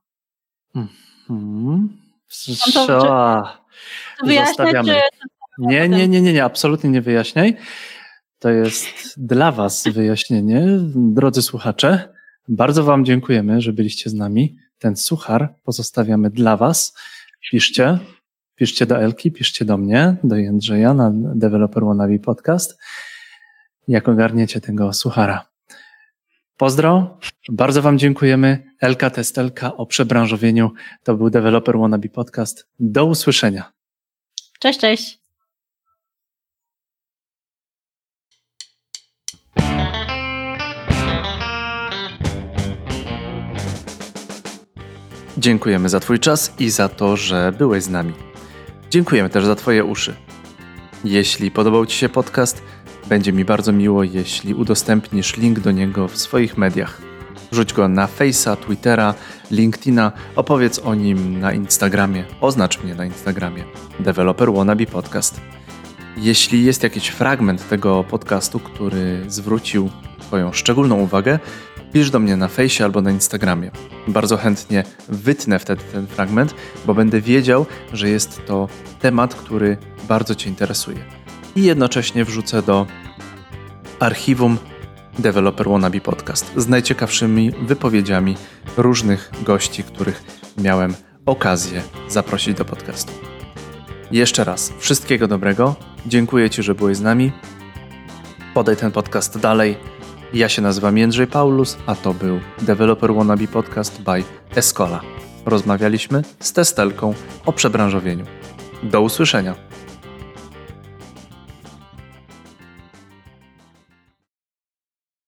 Zostawiamy. Nie, absolutnie nie wyjaśniaj. To jest dla was wyjaśnienie, drodzy słuchacze. Bardzo wam dziękujemy, że byliście z nami. Ten suchar pozostawiamy dla was. Piszcie do Elki, piszcie do mnie, do Jędrzeja na Developer Wannabe Podcast. Jak ogarniecie tego suchara. Pozdro, bardzo wam dziękujemy. Elka Testelka o przebranżowieniu. To był Developer Wannabe Podcast. Do usłyszenia. Cześć. Dziękujemy za twój czas i za to, że byłeś z nami. Dziękujemy też za twoje uszy. Jeśli podobał ci się podcast, będzie mi bardzo miło, jeśli udostępnisz link do niego w swoich mediach. Wrzuć go na Face'a, Twittera, LinkedIna, opowiedz o nim na Instagramie, oznacz mnie na Instagramie. Developer Wannabe Podcast. Jeśli jest jakiś fragment tego podcastu, który zwrócił twoją szczególną uwagę, pisz do mnie na Face'ie albo na Instagramie. Bardzo chętnie wytnę wtedy ten fragment, bo będę wiedział, że jest to temat, który bardzo cię interesuje. I jednocześnie wrzucę do archiwum Developer Wannabe Podcast z najciekawszymi wypowiedziami różnych gości, których miałem okazję zaprosić do podcastu. Jeszcze raz wszystkiego dobrego. Dziękuję Ci, że byłeś z nami. Podaj ten podcast dalej. Ja się nazywam Jędrzej Paulus, a to był Developer Wannabe Podcast by Escola. Rozmawialiśmy z Testelką o przebranżowieniu. Do usłyszenia.